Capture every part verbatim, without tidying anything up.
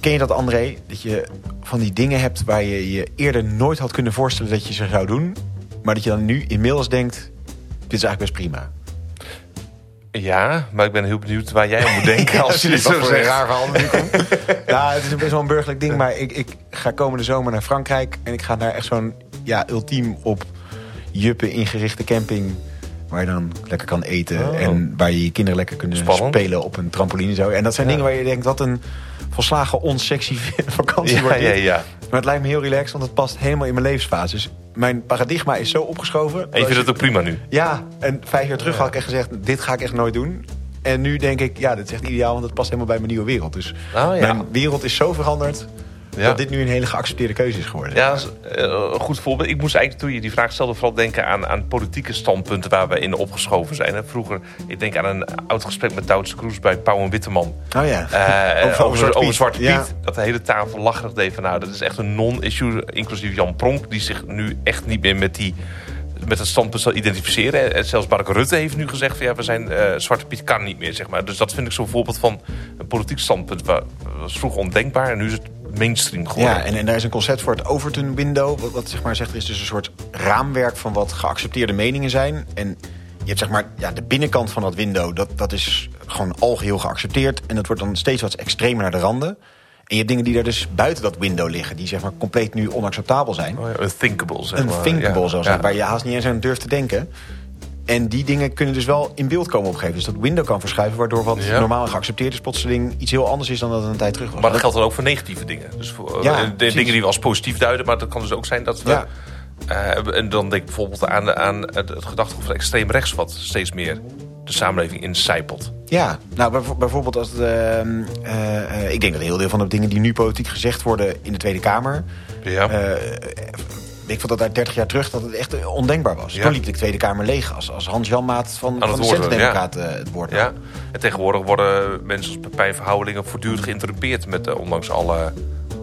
ken je dat, André? Dat je van die dingen hebt waar je je eerder nooit had kunnen voorstellen dat je ze zou doen. Maar dat je dan nu inmiddels denkt, dit is eigenlijk best prima. Ja, maar ik ben heel benieuwd waar jij aan moet denken ja, als je dit zo voor zegt. een raar verhaal nu komt. Nou, het is best wel een burgerlijk ding, maar ik, ik ga komende zomer naar Frankrijk. En ik ga naar echt zo'n ja, ultiem op juppen ingerichte camping. Waar je dan lekker kan eten. Oh. En waar je je kinderen lekker kunnen Spannend. spelen op een trampoline. Zo. En dat zijn ja. dingen waar je denkt, wat een volslagen onsexy vakantie ja, wordt dit. Ja, ja. Maar het lijkt me heel relaxed, want het past helemaal in mijn levensfase. Dus mijn paradigma is zo opgeschoven. En je vindt het ook prima nu? Ja, en vijf jaar terug had ik echt gezegd, dit ga ik echt nooit doen. En nu denk ik, ja, dit is echt ideaal, want het past helemaal bij mijn nieuwe wereld. Dus oh, ja. mijn wereld is zo veranderd. Ja. Dat dit nu een hele geaccepteerde keuze is geworden. Ja, dat is uh, een goed voorbeeld. Ik moest eigenlijk, toen je die vraag stelde, vooral denken aan, aan politieke standpunten waar we in opgeschoven zijn. Hè. Vroeger, ik denk aan een oud gesprek met Doutzen Kroes bij Pauw en Witteman. Oh ja, uh, over, over, Zwarte over Zwarte Piet. Ja. Dat de hele tafel lacherig deed van, nou, dat is echt een non-issue. Inclusief Jan Pronk, die zich nu echt niet meer met die... met het standpunt zal identificeren. En zelfs Mark Rutte heeft nu gezegd van ja, we zijn uh, Zwarte Piet kan niet meer, zeg maar. Dus dat vind ik zo'n voorbeeld van een politiek standpunt. Dat was vroeger ondenkbaar en nu is het mainstream geworden. Ja, en, en daar is een concept voor het Overton window. Wat, wat zeg maar zegt, er is dus een soort raamwerk van wat geaccepteerde meningen zijn. En je hebt zeg maar ja, de binnenkant van dat window, dat, dat is gewoon algeheel geaccepteerd. En dat wordt dan steeds wat extremer naar de randen. En je hebt dingen die er dus buiten dat window liggen, die zeg maar compleet nu onacceptabel zijn. Oh ja, unthinkable, zeg maar. Unthinkable, ja. zelfs, ja. waar je haast niet eens aan durft te denken. En die dingen kunnen dus wel in beeld komen op een gegeven moment. Dus dat window kan verschuiven, waardoor wat ja. normaal geaccepteerd is plotseling iets heel anders is dan dat het een tijd terug was. Maar dat geldt dan ook voor negatieve dingen. Dus voor ja, de dingen die we als positief duiden, maar dat kan dus ook zijn dat we... Ja. Uh, en dan denk ik bijvoorbeeld aan, aan het, het gedachtegoed van extreem rechts, wat steeds meer de samenleving incijpelt. Ja, nou bijvoorbeeld als het, uh, uh, ik denk dat een heel deel van de dingen die nu politiek gezegd worden in de Tweede Kamer... Ja. Uh, ik vond dat uit dertig jaar terug dat het echt ondenkbaar was. Ja. Toen liep de Tweede Kamer leeg als, als Hans Janmaat van, van de Centrum-Democraten ja. het woord. Ja. En tegenwoordig worden mensen als Pepijn Verhouwelingen voortdurend geïnterrupeerd met uh, ondanks alle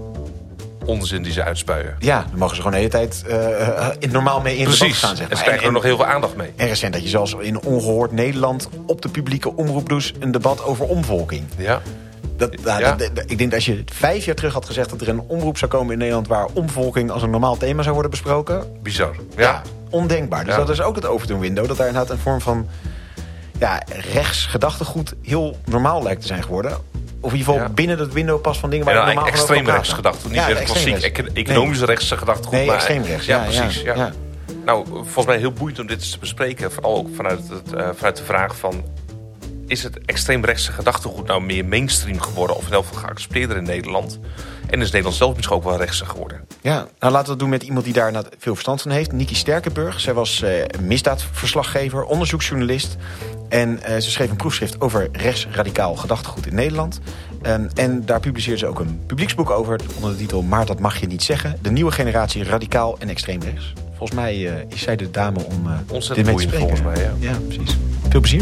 onzin die ze uitspuien. Ja, dan mogen ze gewoon de hele tijd uh, in normaal mee in de debat gaan. Zeg maar. En ze krijgen er nog heel veel aandacht mee. En recent dat je zelfs in Ongehoord Nederland op de publieke omroep dus een debat over omvolking. Ja. Dat, nou, ja. dat, dat, ik denk dat als je vijf jaar terug had gezegd dat er een omroep zou komen in Nederland waar omvolking als een normaal thema zou worden besproken. Bizar. Ja, ja ondenkbaar. Dus ja. dat is ook het Overton window. Dat daar inderdaad een vorm van ja, rechts gedachtegoed heel normaal lijkt te zijn geworden. Of in ieder geval ja. binnen dat window pas van dingen waar je normaal over praat. Extreem rechts gedachtegoed. Niet ja, klassiek economisch nee. rechts gedachtegoed. Nee, maar extreem rechts. Ja, ja, precies. Ja. Ja. Nou, volgens mij heel boeiend om dit te bespreken. Vooral ook vanuit, het, uh, vanuit de vraag van... is het extreemrechtse gedachtegoed nou meer mainstream geworden... of in elk geval geaccepteerder in Nederland? En is Nederland zelf misschien ook wel rechtser geworden? Ja, nou laten we het doen met iemand die daar veel verstand van heeft. Niki Sterkenburg. Zij was uh, misdaadverslaggever, onderzoeksjournalist. En uh, ze schreef een proefschrift over rechtsradicaal gedachtegoed in Nederland. Um, en daar publiceerde ze ook een publieksboek over... onder de titel Maar dat mag je niet zeggen. De nieuwe generatie radicaal en extreemrechts. Volgens mij uh, is zij de dame om uh, Ontzettend dit mee te spreken. Volgens mij, ja. Ja, precies. Veel plezier.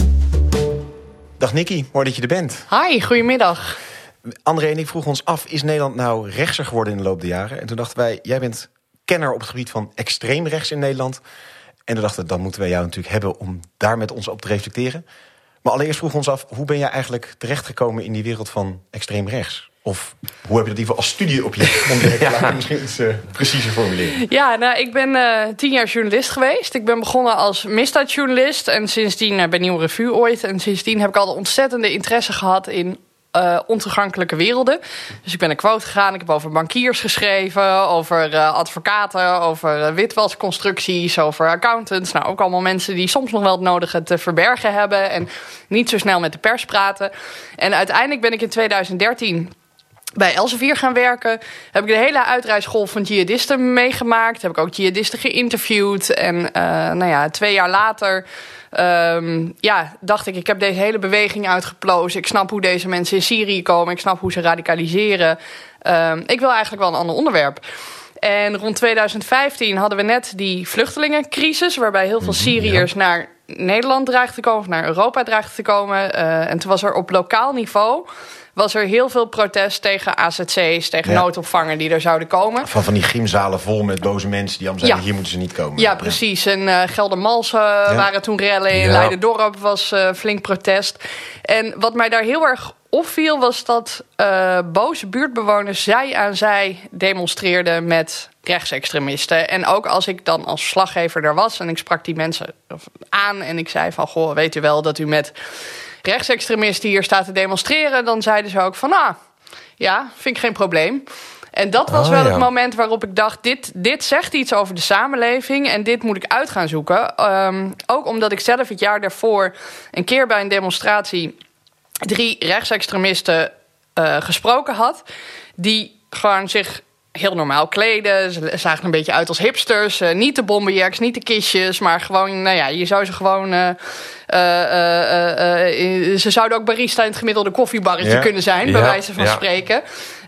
Dag Niki, mooi dat je er bent. Hi, goedemiddag. André en ik vroegen ons af, is Nederland nou rechtser geworden in de loop der jaren? En toen dachten wij, jij bent kenner op het gebied van extreem rechts in Nederland. En toen dachten we, dan moeten wij jou natuurlijk hebben om daar met ons op te reflecteren. Maar allereerst vroegen we ons af, hoe ben jij eigenlijk terechtgekomen in die wereld van extreem rechts? Of hoe heb je dat in ieder geval als studieobject ontdekt? ja. Laat ik misschien iets uh, preciezer formuleren. Ja, nou, ik ben uh, tien jaar journalist geweest. Ik ben begonnen als misdaadjournalist. En sindsdien uh, bij Nieuwe Revue ooit. En sindsdien heb ik al ontzettende interesse gehad in uh, ontoegankelijke werelden. Dus ik ben een quote gegaan. Ik heb over bankiers geschreven. Over uh, advocaten. Over uh, witwasconstructies. Over accountants. Nou, ook allemaal mensen die soms nog wel het nodige te verbergen hebben. En niet zo snel met de pers praten. En uiteindelijk ben ik in twintig dertien... bij Elsevier gaan werken. Heb ik de hele uitreisgolf van jihadisten meegemaakt. Heb ik ook jihadisten geïnterviewd. En uh, nou ja, twee jaar later um, ja, dacht ik, ik heb deze hele beweging uitgeplozen. Ik snap hoe deze mensen in Syrië komen. Ik snap hoe ze radicaliseren. Um, ik wil eigenlijk wel een ander onderwerp. En rond twintig vijftien hadden we net die vluchtelingencrisis, waarbij heel veel Syriërs ja. naar Nederland dreigden te komen, of naar Europa dreigden te komen. Uh, en toen was er op lokaal niveau was er heel veel protest tegen A Z C's, tegen ja. noodopvangen die er zouden komen. Van, van die gymzalen vol met boze mensen die allemaal zeiden, ja. hier moeten ze niet komen. Ja, precies. Ja. En uh, Geldermalsen uh, ja. waren toen rellen. In ja. Leiden-Dorp was uh, flink protest. En wat mij daar heel erg opviel was dat uh, boze buurtbewoners zij aan zij demonstreerden met rechtsextremisten. En ook als ik dan als verslaggever daar was en ik sprak die mensen aan en ik zei van, goh, weet u wel dat u met rechtsextremisten hier staat te demonstreren, dan zeiden ze ook van, ah, ja, vind ik geen probleem. En dat was oh, wel ja. het moment waarop ik dacht, dit, dit zegt iets over de samenleving en dit moet ik uit gaan zoeken. Um, ook omdat ik zelf het jaar daarvoor een keer bij een demonstratie drie rechtsextremisten uh, gesproken had, die gewoon zich heel normaal kleden. Ze zagen een beetje uit als hipsters. Uh, niet de bomberjacks, niet de kistjes, maar gewoon, nou ja, je zou ze gewoon Uh, uh, uh, uh, ze zouden ook barista in het gemiddelde koffiebarretje ja. kunnen zijn, bij ja. wijze van ja. spreken.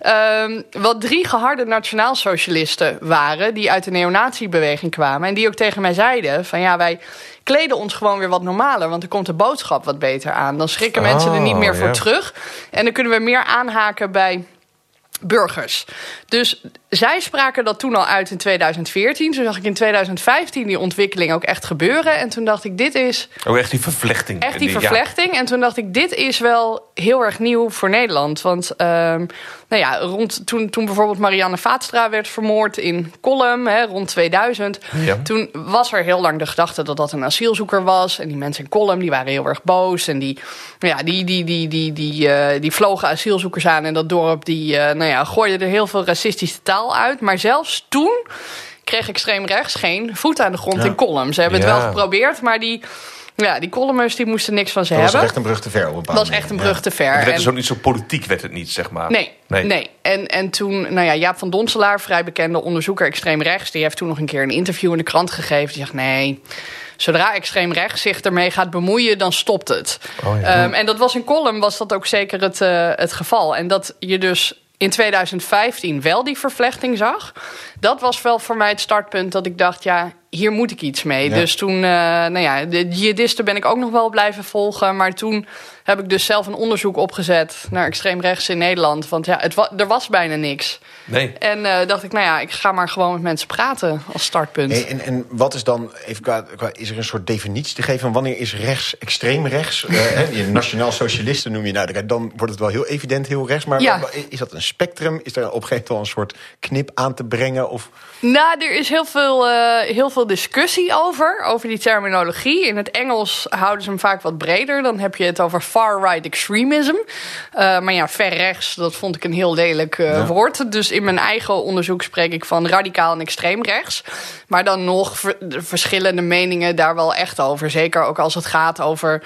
Um, wat drie geharde nationaalsocialisten waren, die uit de neonazi-beweging kwamen en die ook tegen mij zeiden van, ja, wij kleden ons gewoon weer wat normaler, want er komt de boodschap wat beter aan. Dan schrikken oh, mensen er niet meer voor ja. terug. En dan kunnen we meer aanhaken bij burgers. Dus zij spraken dat toen al uit in tweeduizend veertien. Toen zag ik in tweeduizend vijftien die ontwikkeling ook echt gebeuren. En toen dacht ik, dit is Oh, echt die vervlechting. Echt die vervlechting. Ja. En toen dacht ik, dit is wel heel erg nieuw voor Nederland. Want um, nou ja, rond, toen, toen bijvoorbeeld Marianne Vaatstra werd vermoord in Kolm, hè, rond tweeduizend. Ja. Toen was er heel lang de gedachte dat dat een asielzoeker was. En die mensen in Kolm, die waren heel erg boos. En die, ja, die, die, die, die, die, uh, die vlogen asielzoekers aan. En dat dorp, die uh, nou ja, gooide er heel veel racistische taal uit. Maar zelfs toen kreeg extreem rechts geen voet aan de grond ja. in Kolm. Ze hebben ja. het wel geprobeerd, maar die Ja, die columners die moesten niks van ze dat hebben. Dat was echt een brug te ver op een Dat was echt een brug ja. te ver. Het werd dus ook niet zo politiek, werd het niet, zeg maar. Nee, nee. nee. En, en toen, nou ja, Jaap van Donselaar, vrij bekende onderzoeker extreem rechts, die heeft toen nog een keer een interview in de krant gegeven. Die zegt, nee, zodra extreem rechts zich ermee gaat bemoeien, dan stopt het. Oh, ja. um, en dat was in Kolm, was dat ook zeker het, uh, het geval. En dat je dus in tweeduizend vijftien wel die vervlechting zag, dat was wel voor mij het startpunt dat ik dacht, ja, hier moet ik iets mee. Ja. Dus toen, uh, nou ja, de jihadisten ben ik ook nog wel blijven volgen. Maar toen heb ik dus zelf een onderzoek opgezet naar extreem rechts in Nederland. Want ja, het wa- er was bijna niks. Nee. En uh, dacht ik, nou ja, ik ga maar gewoon met mensen praten als startpunt. Hey, en, en wat is dan, even qua, qua, is er een soort definitie te geven van wanneer is rechts extreem rechts? uh, nationaal socialisten noem je, nou, dan wordt het wel heel evident heel rechts. Maar ja. is dat een spectrum? Is er op een gegeven moment wel een soort knip aan te brengen? Of? Nou, er is heel veel, uh, heel veel discussie over, over die terminologie. In het Engels houden ze hem vaak wat breder. Dan heb je het over far-right extremism. Uh, maar ja, ver rechts, dat vond ik een heel lelijk uh, ja. woord. Dus in mijn eigen onderzoek spreek ik van radicaal en extreem rechts. Maar dan nog ver- verschillende meningen daar wel echt over. Zeker ook als het gaat over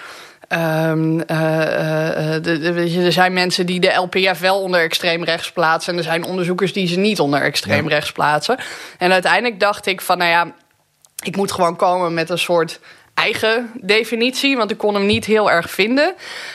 Um, uh, uh, de, de, er zijn mensen die de L P F wel onder extreem rechts plaatsen. En er zijn onderzoekers die ze niet onder extreem ja. rechts plaatsen. En uiteindelijk dacht ik van, nou ja, ik moet gewoon komen met een soort eigen definitie, want ik kon hem niet heel erg vinden.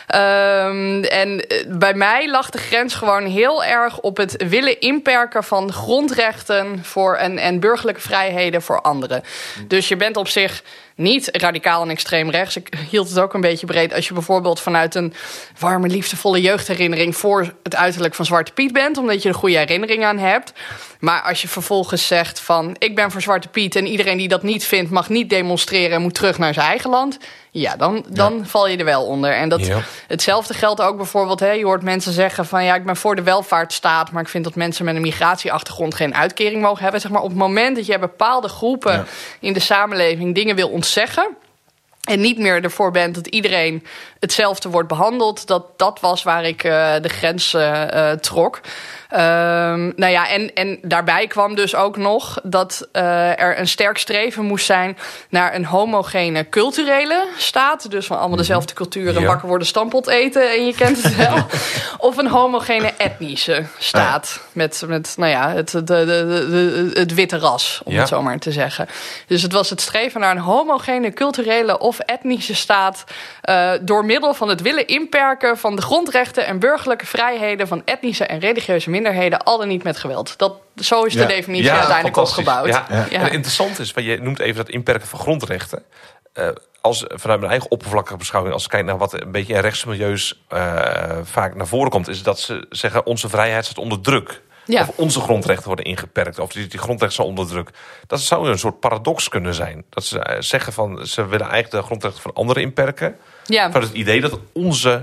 Um, en bij mij lag de grens gewoon heel erg op het willen inperken van grondrechten voor en, en burgerlijke vrijheden voor anderen. Dus je bent op zich niet radicaal en extreem rechts. Ik hield het ook een beetje breed. Als je bijvoorbeeld vanuit een warme, liefdevolle jeugdherinnering voor het uiterlijk van Zwarte Piet bent, omdat je er goede herinnering aan hebt. Maar als je vervolgens zegt van, ik ben voor Zwarte Piet en iedereen die dat niet vindt mag niet demonstreren en moet terug naar zijn eigen land, ja, dan, dan ja. val je er wel onder. En dat, ja. hetzelfde geldt ook bijvoorbeeld, hè, je hoort mensen zeggen van, ja, ik ben voor de welvaartsstaat, maar ik vind dat mensen met een migratieachtergrond geen uitkering mogen hebben. Zeg maar, op het moment dat je bepaalde groepen ja. in de samenleving dingen wil ontzeggen en niet meer ervoor bent dat iedereen hetzelfde wordt behandeld, dat, dat was waar ik uh, de grens uh, uh, trok. Um, nou ja, en, en daarbij kwam dus ook nog dat uh, er een sterk streven moest zijn naar een homogene culturele staat. Dus van allemaal dezelfde cultuur en ja. wakker worden, stampot eten en je kent het wel. Of een homogene etnische staat. Ja. Met, met nou ja, het, de, de, de, het witte ras, om ja. het zo maar te zeggen. Dus het was het streven naar een homogene culturele of etnische staat uh, door middel van het willen inperken van de grondrechten en burgerlijke vrijheden van etnische en religieuze minderheden, al dan niet met geweld. Dat, zo is de ja. definitie ja, uiteindelijk opgebouwd. Ja. Ja. Ja. En interessant is, want je noemt even dat inperken van grondrechten. Uh, als vanuit mijn eigen oppervlakkige beschouwing, als ik kijk naar wat een beetje in rechtsmilieus uh, vaak naar voren komt, is dat ze zeggen onze vrijheid staat onder druk. Ja. Of onze grondrechten worden ingeperkt. Of die, die grondrechten zijn onder druk. Dat zou een soort paradox kunnen zijn. Dat ze zeggen van, ze willen eigenlijk de grondrechten van anderen inperken. Ja. Van het idee dat onze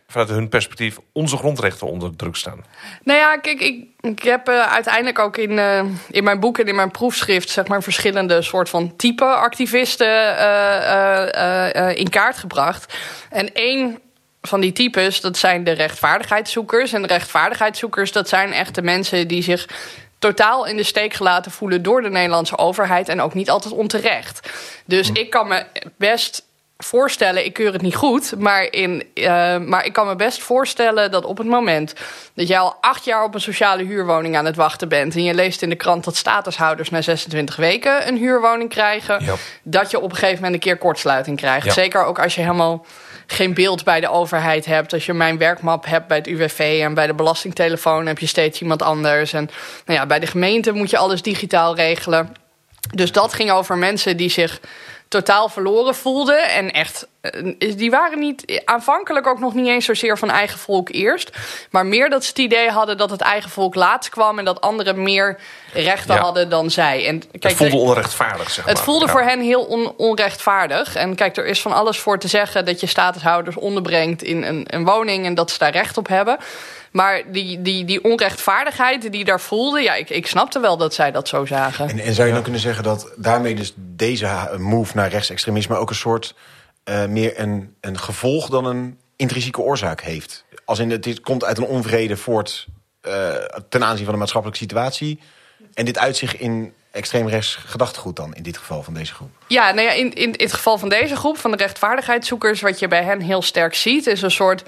vanuit hun perspectief onze grondrechten onder druk staan? Nou ja, kijk, ik, ik heb uh, uiteindelijk ook in, uh, in mijn boek en in mijn proefschrift zeg maar verschillende soort van type activisten uh, uh, uh, uh, in kaart gebracht. En één van die types, dat zijn de rechtvaardigheidszoekers. En de rechtvaardigheidszoekers, dat zijn echt de mensen die zich totaal in de steek gelaten voelen door de Nederlandse overheid en ook niet altijd onterecht. Dus hm. ik kan me best voorstellen, ik keur het niet goed, maar, in, uh, maar ik kan me best voorstellen dat op het moment dat jij al acht jaar op een sociale huurwoning aan het wachten bent en je leest in de krant dat statushouders na zesentwintig weken een huurwoning krijgen, ja. dat je op een gegeven moment een keer kortsluiting krijgt. Ja. Zeker ook als je helemaal geen beeld bij de overheid hebt. Als je mijn werkmap hebt bij het U W V en bij de belastingtelefoon heb je steeds iemand anders. En nou ja, bij de gemeente moet je alles digitaal regelen. Dus dat ging over mensen die zich totaal verloren voelden. En echt, die waren niet aanvankelijk ook nog niet eens zozeer van eigen volk eerst. Maar meer dat ze het idee hadden dat het eigen volk laatst kwam en dat anderen meer rechten ja. hadden dan zij. En kijk, het voelde onrechtvaardig, zeg maar. Het voelde ja. voor hen heel on- onrechtvaardig. En kijk, er is van alles voor te zeggen dat je statushouders onderbrengt in een, een woning en dat ze daar recht op hebben. Maar die, die, die onrechtvaardigheid die daar voelde, ja, ik, ik snapte wel dat zij dat zo zagen. En, en zou je dan kunnen zeggen dat daarmee dus deze move naar rechtsextremisme ook een soort uh, meer een, een gevolg dan een intrinsieke oorzaak heeft? Als in het dit komt uit een onvrede voort uh, ten aanzien van de maatschappelijke situatie. En dit uit zich in extreemrechts gedachtegoed dan, in dit geval van deze groep? Ja, nou ja, in, in, in het geval van deze groep, van de rechtvaardigheidszoekers, wat je bij hen heel sterk ziet, is een soort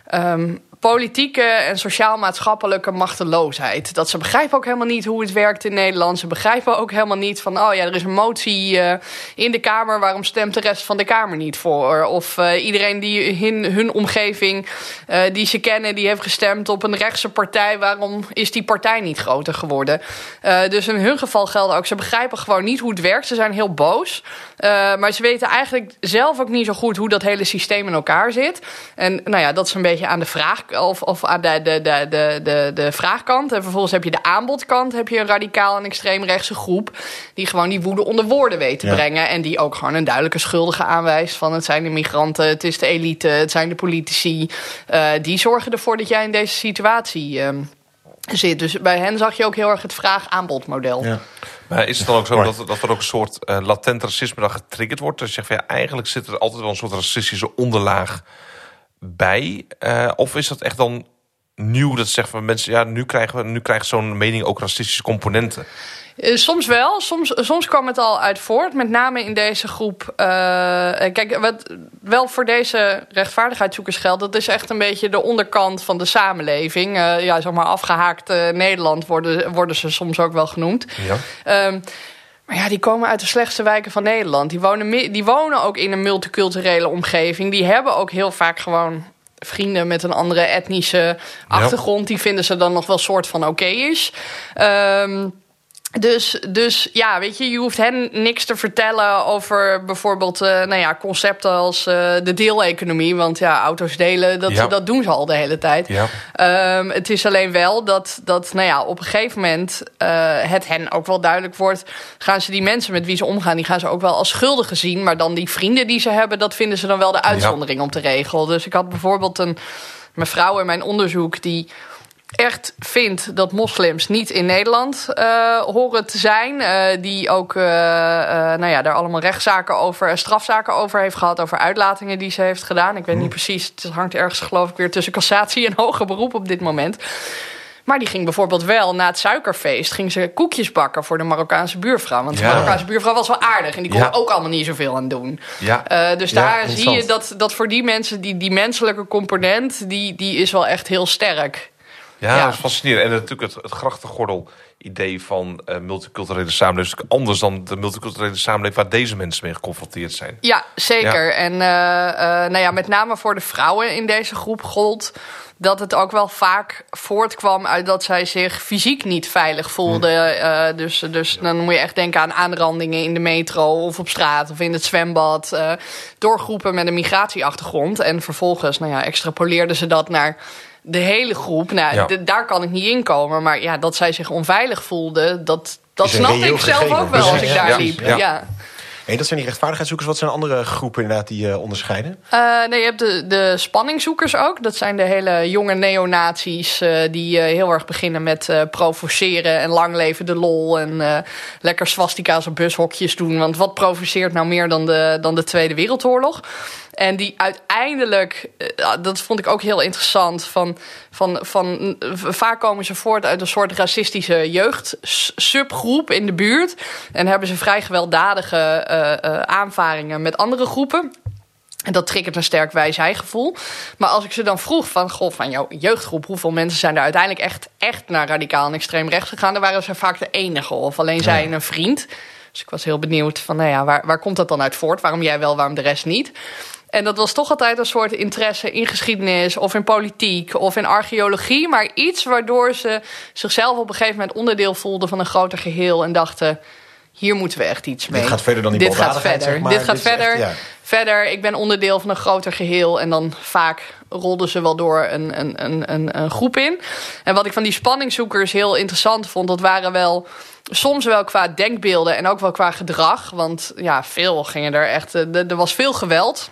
Um, politieke en sociaal-maatschappelijke machteloosheid. Dat ze begrijpen ook helemaal niet hoe het werkt in Nederland. Ze begrijpen ook helemaal niet van, oh ja, er is een motie uh, in de Kamer, waarom stemt de rest van de Kamer niet voor? Of uh, iedereen die in hun omgeving, uh, die ze kennen, die heeft gestemd op een rechtse partij, waarom is die partij niet groter geworden? Uh, dus in hun geval geldt ook, ze begrijpen gewoon niet hoe het werkt. Ze zijn heel boos. Uh, maar ze weten eigenlijk zelf ook niet zo goed hoe dat hele systeem in elkaar zit. En nou ja, dat is een beetje aan de vraag, of, of aan de, de, de, de, de, de vraagkant. En vervolgens heb je de aanbodkant, heb je een radicaal en extreemrechtse groep die gewoon die woede onder woorden weet te ja. brengen. En die ook gewoon een duidelijke schuldige aanwijst van het zijn de migranten, het is de elite, het zijn de politici. Uh, die zorgen ervoor dat jij in deze situatie uh, zit. Dus bij hen zag je ook heel erg het vraag-aanbodmodel. Ja. Maar is het dan ook zo dat, dat er ook een soort uh, latent racisme dan getriggerd wordt? Dus je zegt van ja, eigenlijk zit er altijd wel een soort racistische onderlaag bij. Uh, of is dat echt dan nieuw dat zeggen van mensen, ja, nu krijgen we nu krijgt zo'n mening ook racistische componenten? Uh, soms wel, soms, soms kwam het al uit voort, met name in deze groep. Uh, kijk, wat wel voor deze rechtvaardigheidszoekers geldt, dat is echt een beetje de onderkant van de samenleving. Uh, ja, zeg maar afgehaakt uh, Nederland worden, worden ze soms ook wel genoemd. Ja. Um, Maar ja, die komen uit de slechtste wijken van Nederland. Die wonen, die wonen ook in een multiculturele omgeving. Die hebben ook heel vaak gewoon vrienden met een andere etnische achtergrond. Ja. Die vinden ze dan nog wel soort van oké is. Um, Dus, dus ja, weet je, je hoeft hen niks te vertellen over bijvoorbeeld uh, nou ja, concepten als uh, de deeleconomie. Want ja, auto's delen, dat, ja. dat doen ze al de hele tijd. Ja. Um, het is alleen wel dat, dat nou ja, op een gegeven moment uh, het hen ook wel duidelijk wordt. Gaan ze die mensen met wie ze omgaan, die gaan ze ook wel als schuldigen zien. Maar dan die vrienden die ze hebben, dat vinden ze dan wel de uitzondering ja. om te regelen. Dus ik had bijvoorbeeld een mevrouw in mijn onderzoek die echt vindt dat moslims niet in Nederland uh, horen te zijn. Uh, die ook uh, uh, nou ja, daar allemaal rechtszaken over, strafzaken over heeft gehad. Over uitlatingen die ze heeft gedaan. Ik weet niet precies, het hangt ergens geloof ik weer tussen cassatie en hoger beroep op dit moment. Maar die ging bijvoorbeeld wel na het suikerfeest ging ze koekjes bakken voor de Marokkaanse buurvrouw. Want de ja. Marokkaanse buurvrouw was wel aardig en die kon ja. er ook allemaal niet zoveel aan doen. Ja. Uh, dus ja, daar zie je dat, dat voor die mensen, die, die menselijke component, die, die is wel echt heel sterk. Ja, ja, dat is fascinerend. En natuurlijk het, het grachtengordel-idee van uh, multiculturele samenleving is anders dan de multiculturele samenleving waar deze mensen mee geconfronteerd zijn. Ja, zeker. Ja. En uh, uh, nou ja, met name voor de vrouwen in deze groep gold dat het ook wel vaak voortkwam uit dat zij zich fysiek niet veilig voelden. Hmm. Uh, dus dus dan moet je echt denken aan aanrandingen in de metro of op straat of in het zwembad. Uh, door groepen met een migratieachtergrond. En vervolgens, nou ja, extrapoleerden ze dat naar de hele groep. Nou, ja. d- daar kan ik niet in komen. Maar ja, dat zij zich onveilig voelde, dat, dat snapte ik zelf gegeven. ook wel als ik daar ja. liep. Ja. Ja. Hey, dat zijn die rechtvaardigheidszoekers. Wat zijn andere groepen inderdaad die uh, onderscheiden? Uh, nee, je hebt de, de spanningzoekers ook. Dat zijn de hele jonge neonazies uh, die uh, heel erg beginnen met uh, provoceren en lang leven de lol en uh, lekker swastika's op bushokjes doen. Want wat provoceert nou meer dan de, dan de Tweede Wereldoorlog? En die uiteindelijk, dat vond ik ook heel interessant, van, van, van, vaak komen ze voort uit een soort racistische jeugdsubgroep in de buurt. En hebben ze vrij gewelddadige uh, uh, aanvaringen met andere groepen. En dat triggert een sterk wij-zij-gevoel. Maar als ik ze dan vroeg van, goh, van jouw jeugdgroep, hoeveel mensen zijn er uiteindelijk echt, echt naar radicaal en extreem rechts gegaan? Dan waren ze vaak de enige, of alleen ja. zij en een vriend. Dus ik was heel benieuwd van, nou ja, waar, waar komt dat dan uit voort? Waarom jij wel, waarom de rest niet? En dat was toch altijd een soort interesse in geschiedenis of in politiek of in archeologie. Maar iets waardoor ze zichzelf op een gegeven moment onderdeel voelden van een groter geheel. En dachten, hier moeten we echt iets mee. Dit gaat verder dan die Dit gaat verder. Zeg maar. Dit gaat Dit verder. Echt, ja. Verder, ik ben onderdeel van een groter geheel. En dan vaak rolden ze wel door een, een, een, een, een groep in. En wat ik van die spanningzoekers heel interessant vond, dat waren wel soms wel qua denkbeelden en ook wel qua gedrag. Want ja, veel gingen er echt. Er was veel geweld.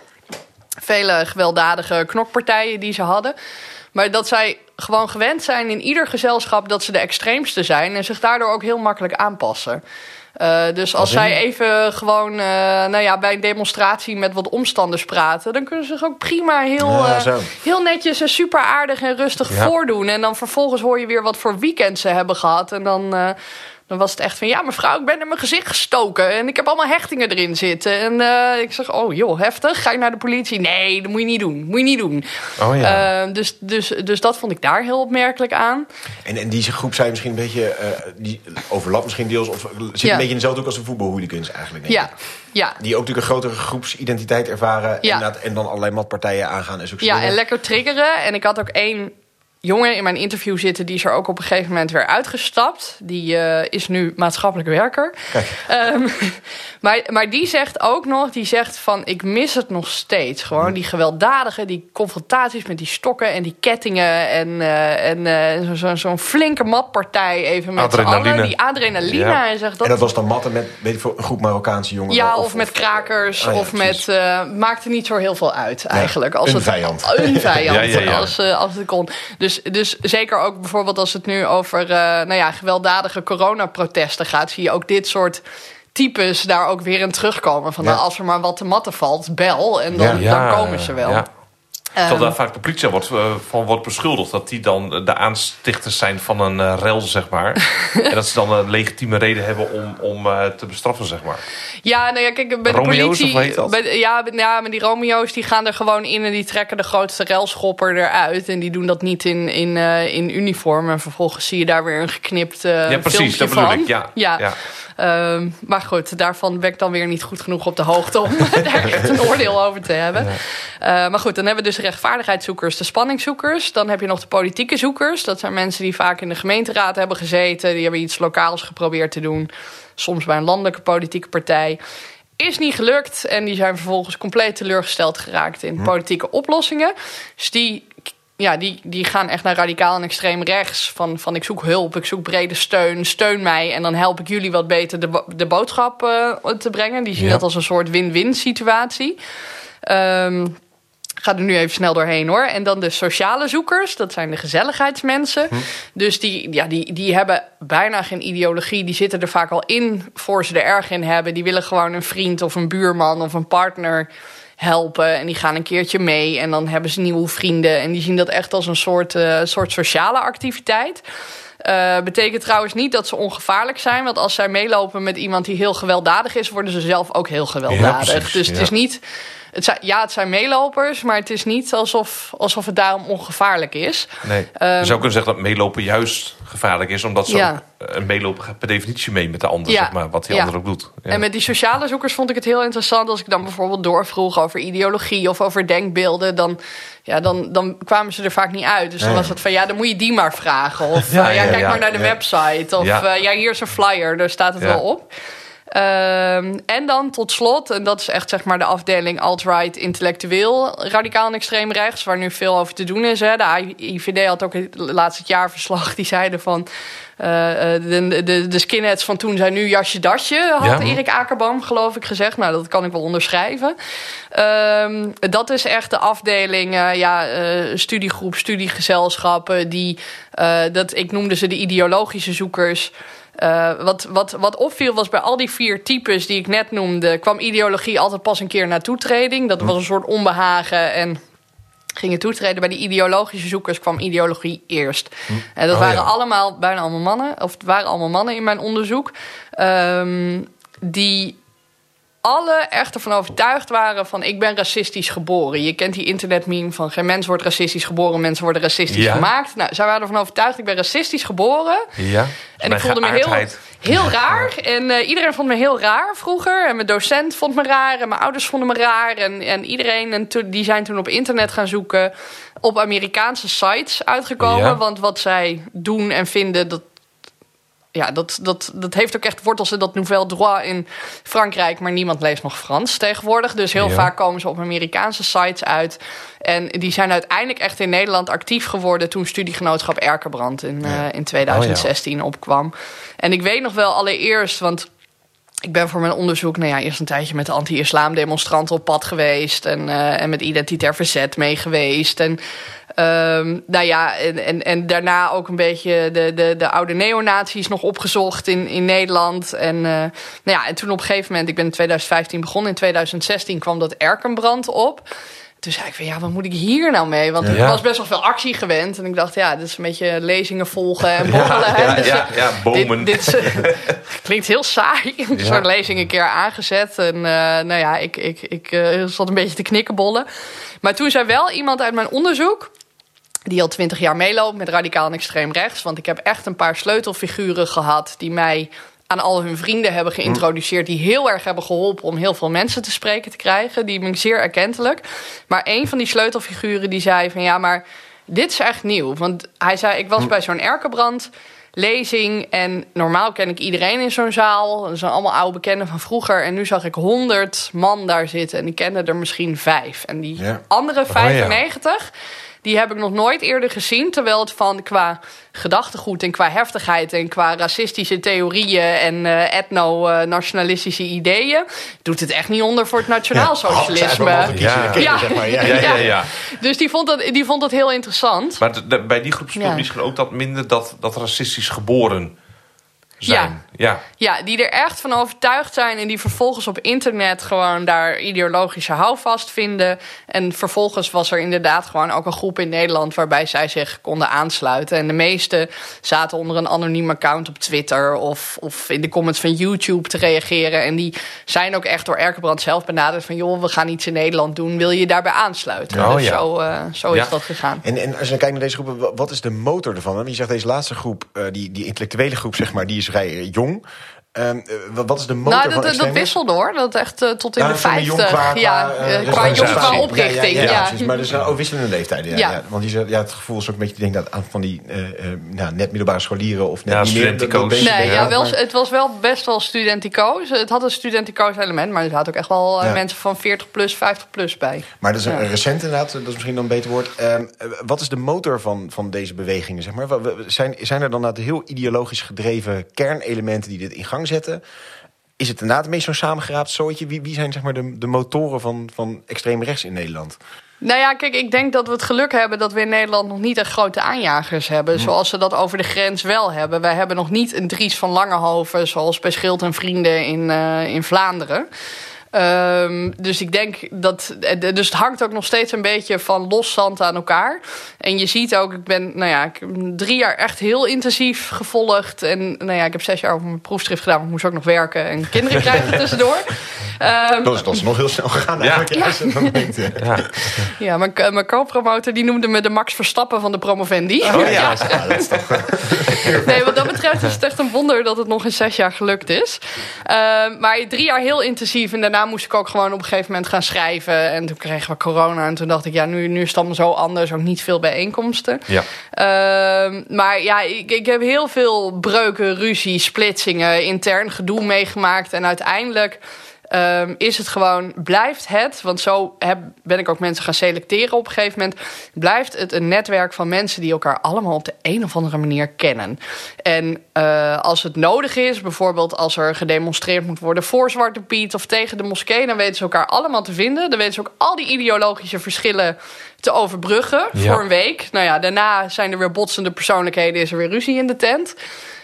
Vele gewelddadige knokpartijen die ze hadden. Maar dat zij gewoon gewend zijn in ieder gezelschap dat ze de extreemste zijn. En zich daardoor ook heel makkelijk aanpassen. Uh, dus als zij even gewoon uh, nou ja, bij een demonstratie met wat omstanders praten, dan kunnen ze zich ook prima heel, ja, uh, heel netjes en super aardig en rustig ja. voordoen. En dan vervolgens hoor je weer wat voor weekend ze hebben gehad. En dan, uh, dan was het echt van, ja mevrouw, ik ben in mijn gezicht gestoken en ik heb allemaal hechtingen erin zitten. En uh, ik zeg, oh joh, heftig, ga je naar de politie? Nee, dat moet je niet doen, moet je niet doen. Oh, ja. uh, dus, dus, dus dat vond ik daar heel opmerkelijk aan. En, en die groep zijn misschien een beetje, uh, die overlapt misschien deels, of zit ja. een beetje in dezelfde hoek als de voetbalhooligans eigenlijk, denk ja. ik. Ja. Die ook natuurlijk een grotere groepsidentiteit ervaren ja. en dan allerlei matpartijen aangaan en zo. Ja, en lekker triggeren. En ik had ook één jongen in mijn interview zitten, die is er ook op een gegeven moment weer uitgestapt. Die uh, is nu maatschappelijk werker. Um, maar, maar die zegt ook nog, die zegt van, ik mis het nog steeds. Gewoon hmm. die gewelddadige, die confrontaties met die stokken en die kettingen. En, uh, en uh, zo'n zo, zo'n flinke matpartij even met z'n allen. Die adrenaline. Ja. En, zegt dat, en dat was dan matten met, weet ik veel, een groep Marokkaanse jongeren? Ja, of, of met of, krakers. Uh, ja, of met, uh, maakte niet zo heel veel uit eigenlijk. Ja, als een het, vijand. Een vijand, ja, ja, ja. Als, uh, als het kon. Dus Dus, dus zeker ook bijvoorbeeld als het nu over uh, nou ja, gewelddadige coronaprotesten gaat, zie je ook dit soort types daar ook weer in terugkomen. Van ja. nou, als er maar wat te matten valt, bel en dan, ja. dan komen ze wel. Ja. Terwijl daar vaak de politie wordt, uh, van wordt beschuldigd dat die dan de aanstichters zijn van een uh, rel, zeg maar. En dat ze dan een legitieme reden hebben om, om uh, te bestraffen, zeg maar. Ja, nou ja, kijk, bij Romeo's, de politie. of heet dat? Bij, ja, ja, maar die Romeo's die gaan er gewoon in en die trekken de grootste relschopper eruit. En die doen dat niet in, in, uh, in uniform. En vervolgens zie je daar weer een geknipt uh, ja, precies, dat bedoel ik. Ja. ja. ja. Um, maar goed, daarvan ben ik dan weer niet goed genoeg op de hoogte om daar echt een oordeel over te hebben. Ja. Uh, maar goed, dan hebben we dus de rechtvaardigheidszoekers, de spanningszoekers. Dan heb je nog de politieke zoekers. Dat zijn mensen die vaak in de gemeenteraad hebben gezeten. Die hebben iets lokaals geprobeerd te doen. Soms bij een landelijke politieke partij. Is niet gelukt en die zijn vervolgens compleet teleurgesteld geraakt in hm. politieke oplossingen. Dus die... Ja, die, die gaan echt naar radicaal en extreem rechts. Van, van ik zoek hulp, ik zoek brede steun, steun mij. En dan help ik jullie wat beter de, de boodschap uh, te brengen. Die zien ja. dat als een soort win-win situatie. Um, ga er nu even snel doorheen hoor. En dan de sociale zoekers, dat zijn de gezelligheidsmensen. Hm. Dus die, ja, die, die hebben bijna geen ideologie. Die zitten er vaak al in voor ze er erg in hebben. Die willen gewoon een vriend of een buurman of een partner helpen. En die gaan een keertje mee. En dan hebben ze nieuwe vrienden. En die zien dat echt als een soort, uh, soort sociale activiteit. Uh, betekent trouwens niet dat ze ongevaarlijk zijn. Want als zij meelopen met iemand die heel gewelddadig is, worden ze zelf ook heel gewelddadig. Ja, precies, dus ja. het is niet. Het zijn, ja, het zijn meelopers, maar het is niet alsof, alsof het daarom ongevaarlijk is. Nee. Um, je zou kunnen zeggen dat meelopen juist gevaarlijk is, omdat ze ja. ook, een meeloper gaat per definitie mee met de ander, ja. zeg maar, wat die ja. ander ook doet. Ja. En met die sociale zoekers vond ik het heel interessant als ik dan bijvoorbeeld doorvroeg over ideologie of over denkbeelden, dan, ja, dan, dan kwamen ze er vaak niet uit. Dus dan ja. was het van, ja, dan moet je die maar vragen. Of ja, uh, ja, ja, kijk ja, maar naar de ja. website. Of ja. Uh, ja, hier is een flyer, daar staat het ja. wel op. Um, en dan tot slot, en dat is echt zeg maar de afdeling alt-right intellectueel, radicaal en extreem rechts, waar nu veel over te doen is. Hè. De I V D had ook het laatste jaarverslag, die zeiden van uh, de, de, de skinheads van toen zijn nu jasje dasje, had ja. Erik Akerboom geloof ik gezegd. Nou, dat kan ik wel onderschrijven. Um, dat is echt de afdeling, uh, ja, uh, studiegroep, studiegezelschappen, die, uh, dat, ik noemde ze de ideologische zoekers. Uh, wat, wat, wat opviel was bij al die vier types die ik net noemde, kwam ideologie altijd pas een keer na toetreding. Dat was een soort onbehagen en gingen toetreden. Bij die ideologische zoekers kwam ideologie eerst. En dat oh, waren ja. allemaal, bijna allemaal mannen, of het waren allemaal mannen in mijn onderzoek, um, die alle echt ervan overtuigd waren van ik ben racistisch geboren. Je kent die internetmeme van geen mens wordt racistisch geboren, mensen worden racistisch ja. gemaakt. Nou, zij waren ervan overtuigd ik ben racistisch geboren. Ja. En ik voelde me heel, heel raar. En uh, iedereen vond me heel raar vroeger. En mijn docent vond me raar. En mijn ouders vonden me raar. En, en iedereen en to, die zijn toen op internet gaan zoeken. Op Amerikaanse sites uitgekomen. Ja. Want wat zij doen en vinden, dat Ja, dat, dat, dat heeft ook echt wortels in dat Nouvelle Droit in Frankrijk. Maar niemand leest nog Frans tegenwoordig. Dus heel ja. vaak komen ze op Amerikaanse sites uit. En die zijn uiteindelijk echt in Nederland actief geworden toen Studiegenootschap Erkenbrand in, ja. uh, in twintig zestien oh, ja. opkwam. En ik weet nog wel allereerst, want ik ben voor mijn onderzoek nou ja, eerst een tijdje met de anti-islam demonstranten op pad geweest. En, uh, en met Identitair Verzet mee geweest. En Um, nou ja, en, en, en daarna ook een beetje de, de, de oude neonazies nog opgezocht in, in Nederland. En, uh, nou ja, en toen op een gegeven moment, ik ben in twintig vijftien begonnen, in twintig zestien kwam dat Erkenbrand op. Toen zei ik van ja, wat moet ik hier nou mee? Want ja. ik was best wel veel actie gewend. En ik dacht, ja, dit is een beetje lezingen volgen en borrelen. Ja, ja, dus, ja, ja, bomen. Dit, dit uh, klinkt heel saai. Een ja. soort lezing een keer aangezet. En uh, nou ja, ik, ik, ik uh, zat een beetje te knikkenbollen. Maar toen zei wel iemand uit mijn onderzoek, die al twintig jaar meeloopt met radicaal en extreem rechts. Want ik heb echt een paar sleutelfiguren gehad die mij aan al hun vrienden hebben geïntroduceerd, die heel erg hebben geholpen om heel veel mensen te spreken te krijgen. Die ben ik zeer erkentelijk. Maar een van die sleutelfiguren die zei van ja, maar dit is echt nieuw. Want hij zei, ik was bij zo'n Erkenbrand lezing en normaal ken ik iedereen in zo'n zaal. Dat zijn allemaal oude bekenden van vroeger. En nu zag ik honderd man daar zitten en ik kende er misschien vijf. En die ja. andere vijfennegentig... Oh, ja. Die heb ik nog nooit eerder gezien. Terwijl het van qua gedachtegoed en qua heftigheid en qua racistische theorieën en uh, etno-nationalistische ideeën doet het echt niet onder voor het nationaalsocialisme. Ja, ja. Ja. Zeg maar. ja, ja, ja, ja. Dus die vond, dat, die vond dat heel interessant. Maar de, de, bij die groep speelt ja. misschien ook dat minder dat, dat racistisch geboren zijn. Ja. Ja. ja, die er echt van overtuigd zijn en die vervolgens op internet gewoon daar ideologische houvast vinden. En vervolgens was er inderdaad gewoon ook een groep in Nederland waarbij zij zich konden aansluiten. En de meeste zaten onder een anoniem account op Twitter of, of in de comments van YouTube te reageren. En die zijn ook echt door Erkenbrand zelf benaderd van joh, we gaan iets in Nederland doen. Wil je je daarbij aansluiten? Oh, dus ja. zo, uh, zo ja. is dat gegaan. En, en als je dan kijkt naar deze groepen, wat is de motor ervan? Want je zegt deze laatste groep, uh, die, die intellectuele groep, zeg maar, die is vrij jong. Um, wat is de motor nou, van dat, dat wisselde hoor. Dat echt uh, tot in nou, de vijftig. Qua, ja, uh, qua jong qua oprichting. Ja, ja, ja, ja. Precies, maar dus ook wisselende leeftijden. Ja, ja. Ja. Want je, ja, het gevoel is ook een beetje, ik denk dat aan van die uh, uh, nou, net middelbare scholieren of net ja, niet studentico's. Nee, ja, wel, het was wel best wel studentico's. Het had een studentico's element, maar er zaten ook echt wel uh, ja. mensen van veertig plus, vijftig plus bij. Maar dat is een ja. recent inderdaad, dat is misschien dan een beter woord. Um, wat is de motor van, van deze bewegingen? Zeg maar? Zijn, zijn er dan inderdaad heel ideologisch gedreven kernelementen die dit in gang zetten? Is het inderdaad een beetje zo'n samengeraapt zooitje? Wie, wie zijn zeg maar de, de motoren van, van extreem rechts in Nederland? Nou ja, kijk, ik denk dat we het geluk hebben dat we in Nederland nog niet echt grote aanjagers hebben. Hmm. Zoals ze dat over de grens wel hebben. Wij hebben nog niet een Dries van Langehoven zoals bij Schild en Vrienden in, uh, in Vlaanderen. Um, dus ik denk dat. Dus het hangt ook nog steeds een beetje van los zand aan elkaar. En je ziet ook, ik ben, nou ja, ik heb drie jaar echt heel intensief gevolgd. En nou ja, ik heb zes jaar over mijn proefschrift gedaan, maar ik moest ook nog werken en kinderen krijgen tussendoor. Um, dat, is, dat is nog heel snel gegaan Ja. eigenlijk. Ja. Ja. Dan denkt, Ja. ja, mijn, mijn co-promotor die noemde me de Max Verstappen van de promovendi. Oh, ja. Ja, dat is toch... Nee, wat dat betreft is het echt een wonder dat het nog in zes jaar gelukt is. Uh, maar drie jaar heel intensief. En daarna moest ik ook gewoon op een gegeven moment gaan schrijven. En toen kregen we corona. En toen dacht ik, ja, nu, nu is het allemaal zo anders. Ook niet veel bijeenkomsten. Ja. Uh, maar ja, ik, ik heb heel veel breuken, ruzie, splitsingen, intern gedoe meegemaakt. En uiteindelijk... Um, is het gewoon, blijft het, want zo heb, ben ik ook mensen gaan selecteren op een gegeven moment, blijft het een netwerk van mensen die elkaar allemaal op de een of andere manier kennen. En uh, als het nodig is, bijvoorbeeld als er gedemonstreerd moet worden voor Zwarte Piet of tegen de moskee, dan weten ze elkaar allemaal te vinden. Dan weten ze ook al die ideologische verschillen te overbruggen Ja. voor een week. Nou ja, daarna zijn er weer botsende persoonlijkheden, is er weer ruzie in de tent.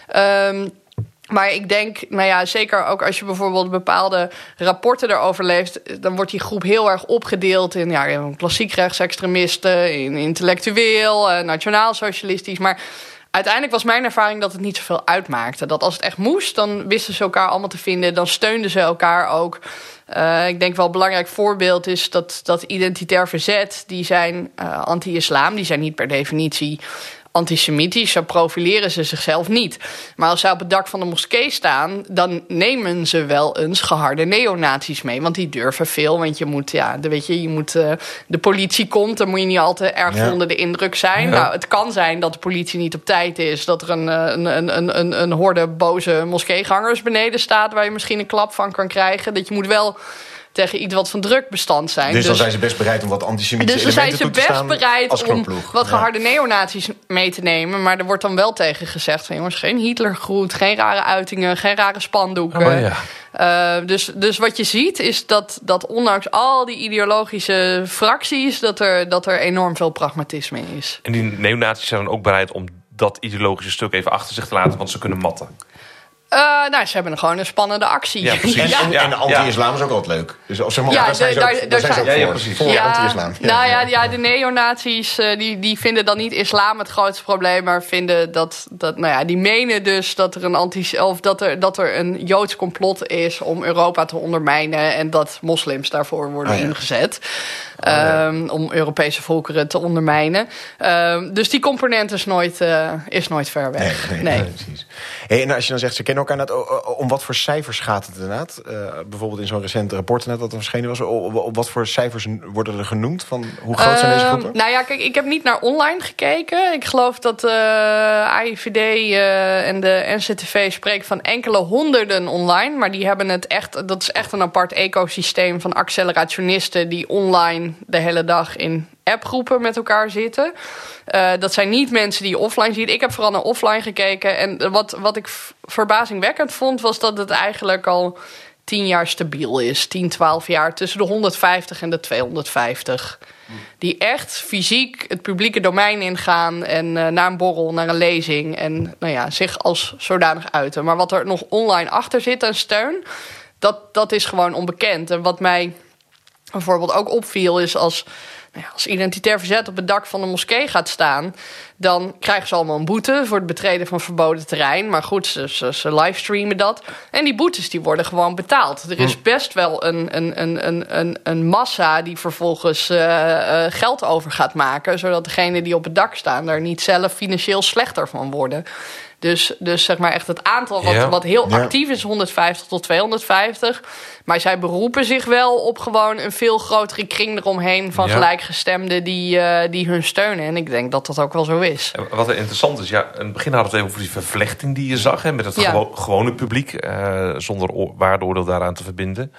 Um, Maar ik denk, nou ja, zeker ook als je bijvoorbeeld bepaalde rapporten erover leest, dan wordt die groep heel erg opgedeeld in ja, klassiek rechtsextremisten, in intellectueel, uh, nationaal-socialistisch. Maar uiteindelijk was mijn ervaring dat het niet zoveel uitmaakte. Dat als het echt moest, dan wisten ze elkaar allemaal te vinden, dan steunden ze elkaar ook. Uh, ik denk wel een belangrijk voorbeeld is dat, dat identitair verzet, die zijn uh, anti-islam, die zijn niet per definitie antisemitisch, zo profileren ze zichzelf niet. Maar als zij op het dak van de moskee staan, dan nemen ze wel eens geharde neonazies mee. Want die durven veel, want je moet, ja, de, weet je, je moet, uh, de politie komt, dan moet je niet al te erg Ja. onder de indruk zijn. Ja. Nou, het kan zijn dat de politie niet op tijd is, dat er een, een, een, een, een, een horde boze moskeegangers beneden staat, waar je misschien een klap van kan krijgen. Dat je moet wel tegen iets wat van druk bestand zijn. Dus dan zijn ze best bereid om wat antisemitische Dus dan zijn elementen ze toe te best staan bereid als om knopploeg. wat Ja. geharde neonazies mee te nemen. Maar er wordt dan wel tegen gezegd van jongens, geen Hitlergroet, geen rare uitingen, geen rare spandoeken. Oh, ja. Uh, dus, dus wat je ziet is dat, dat ondanks al die ideologische fracties, dat er, dat er enorm veel pragmatisme is. En die neonazies zijn dan ook bereid om dat ideologische stuk even achter zich te laten, want ze kunnen matten. Uh, nou, ze hebben gewoon een spannende actie. Ja, precies. En, en, Ja. en de anti-islam is ook altijd leuk. Dus of zeg maar, Ja, daar zijn ze ook, daar- daar daar zijn ze ook zijn- Ja, ja, voor. precies. Voor anti-islam. Nou ja, ja, de neonazies uh, die, die vinden dan niet islam het grootste probleem, maar vinden dat, dat nou ja, die menen dus dat er een anti of dat er, dat er een Joods complot is om Europa te ondermijnen en dat moslims daarvoor worden Oh ja. ingezet. Oh ja. Um, om Europese volkeren te ondermijnen. Um, dus die component is nooit, uh, is nooit ver Nee, weg. nee, nee, precies. Hey, en als je dan zegt, ze kennen elkaar net, om wat voor cijfers gaat het inderdaad? Uh, bijvoorbeeld in zo'n recent rapport net dat er verschenen was. Op, op wat voor cijfers worden er genoemd? Van hoe groot zijn deze Um, groepen? Nou ja, kijk, ik heb niet naar online gekeken. Ik geloof dat de uh, A I V D uh, en de N C T V spreken van enkele honderden online. Maar die hebben het echt, dat is echt een apart ecosysteem van accelerationisten die online de hele dag in appgroepen met elkaar zitten. Uh, dat zijn niet mensen die je offline ziet. Ik heb vooral naar offline gekeken. En wat, wat ik v- verbazingwekkend vond, was dat het eigenlijk al tien jaar stabiel is. tien, twaalf jaar tussen de honderdvijftig en de tweehonderdvijftig. Die echt fysiek het publieke domein ingaan en uh, naar een borrel, naar een lezing en nou ja, zich als zodanig uiten. Maar wat er nog online achter zit aan steun, dat, dat is gewoon onbekend. En wat mij bijvoorbeeld ook opviel is als, nou ja, als identitair verzet op het dak van de moskee gaat staan, dan krijgen ze allemaal een boete voor het betreden van verboden terrein. Maar goed, ze, ze, ze livestreamen dat. En die boetes die worden gewoon betaald. Er is best wel een, een, een, een, een, een massa die vervolgens uh, uh, geld over gaat maken, zodat degenen die op het dak staan daar niet zelf financieel slechter van worden. Dus, dus zeg maar echt het aantal wat, Ja. wat heel Ja. actief is, honderdvijftig tot tweehonderdvijftig. Maar zij beroepen zich wel op gewoon een veel grotere kring eromheen van Ja. gelijkgestemden die, uh, die hun steunen. En ik denk dat dat ook wel zo is. En wat er interessant is, ja, in het begin hadden we het even over die vervlechting die je zag, hè, met het Ja. gewo- gewone publiek, uh, zonder o- waardeoordeel daaraan te verbinden.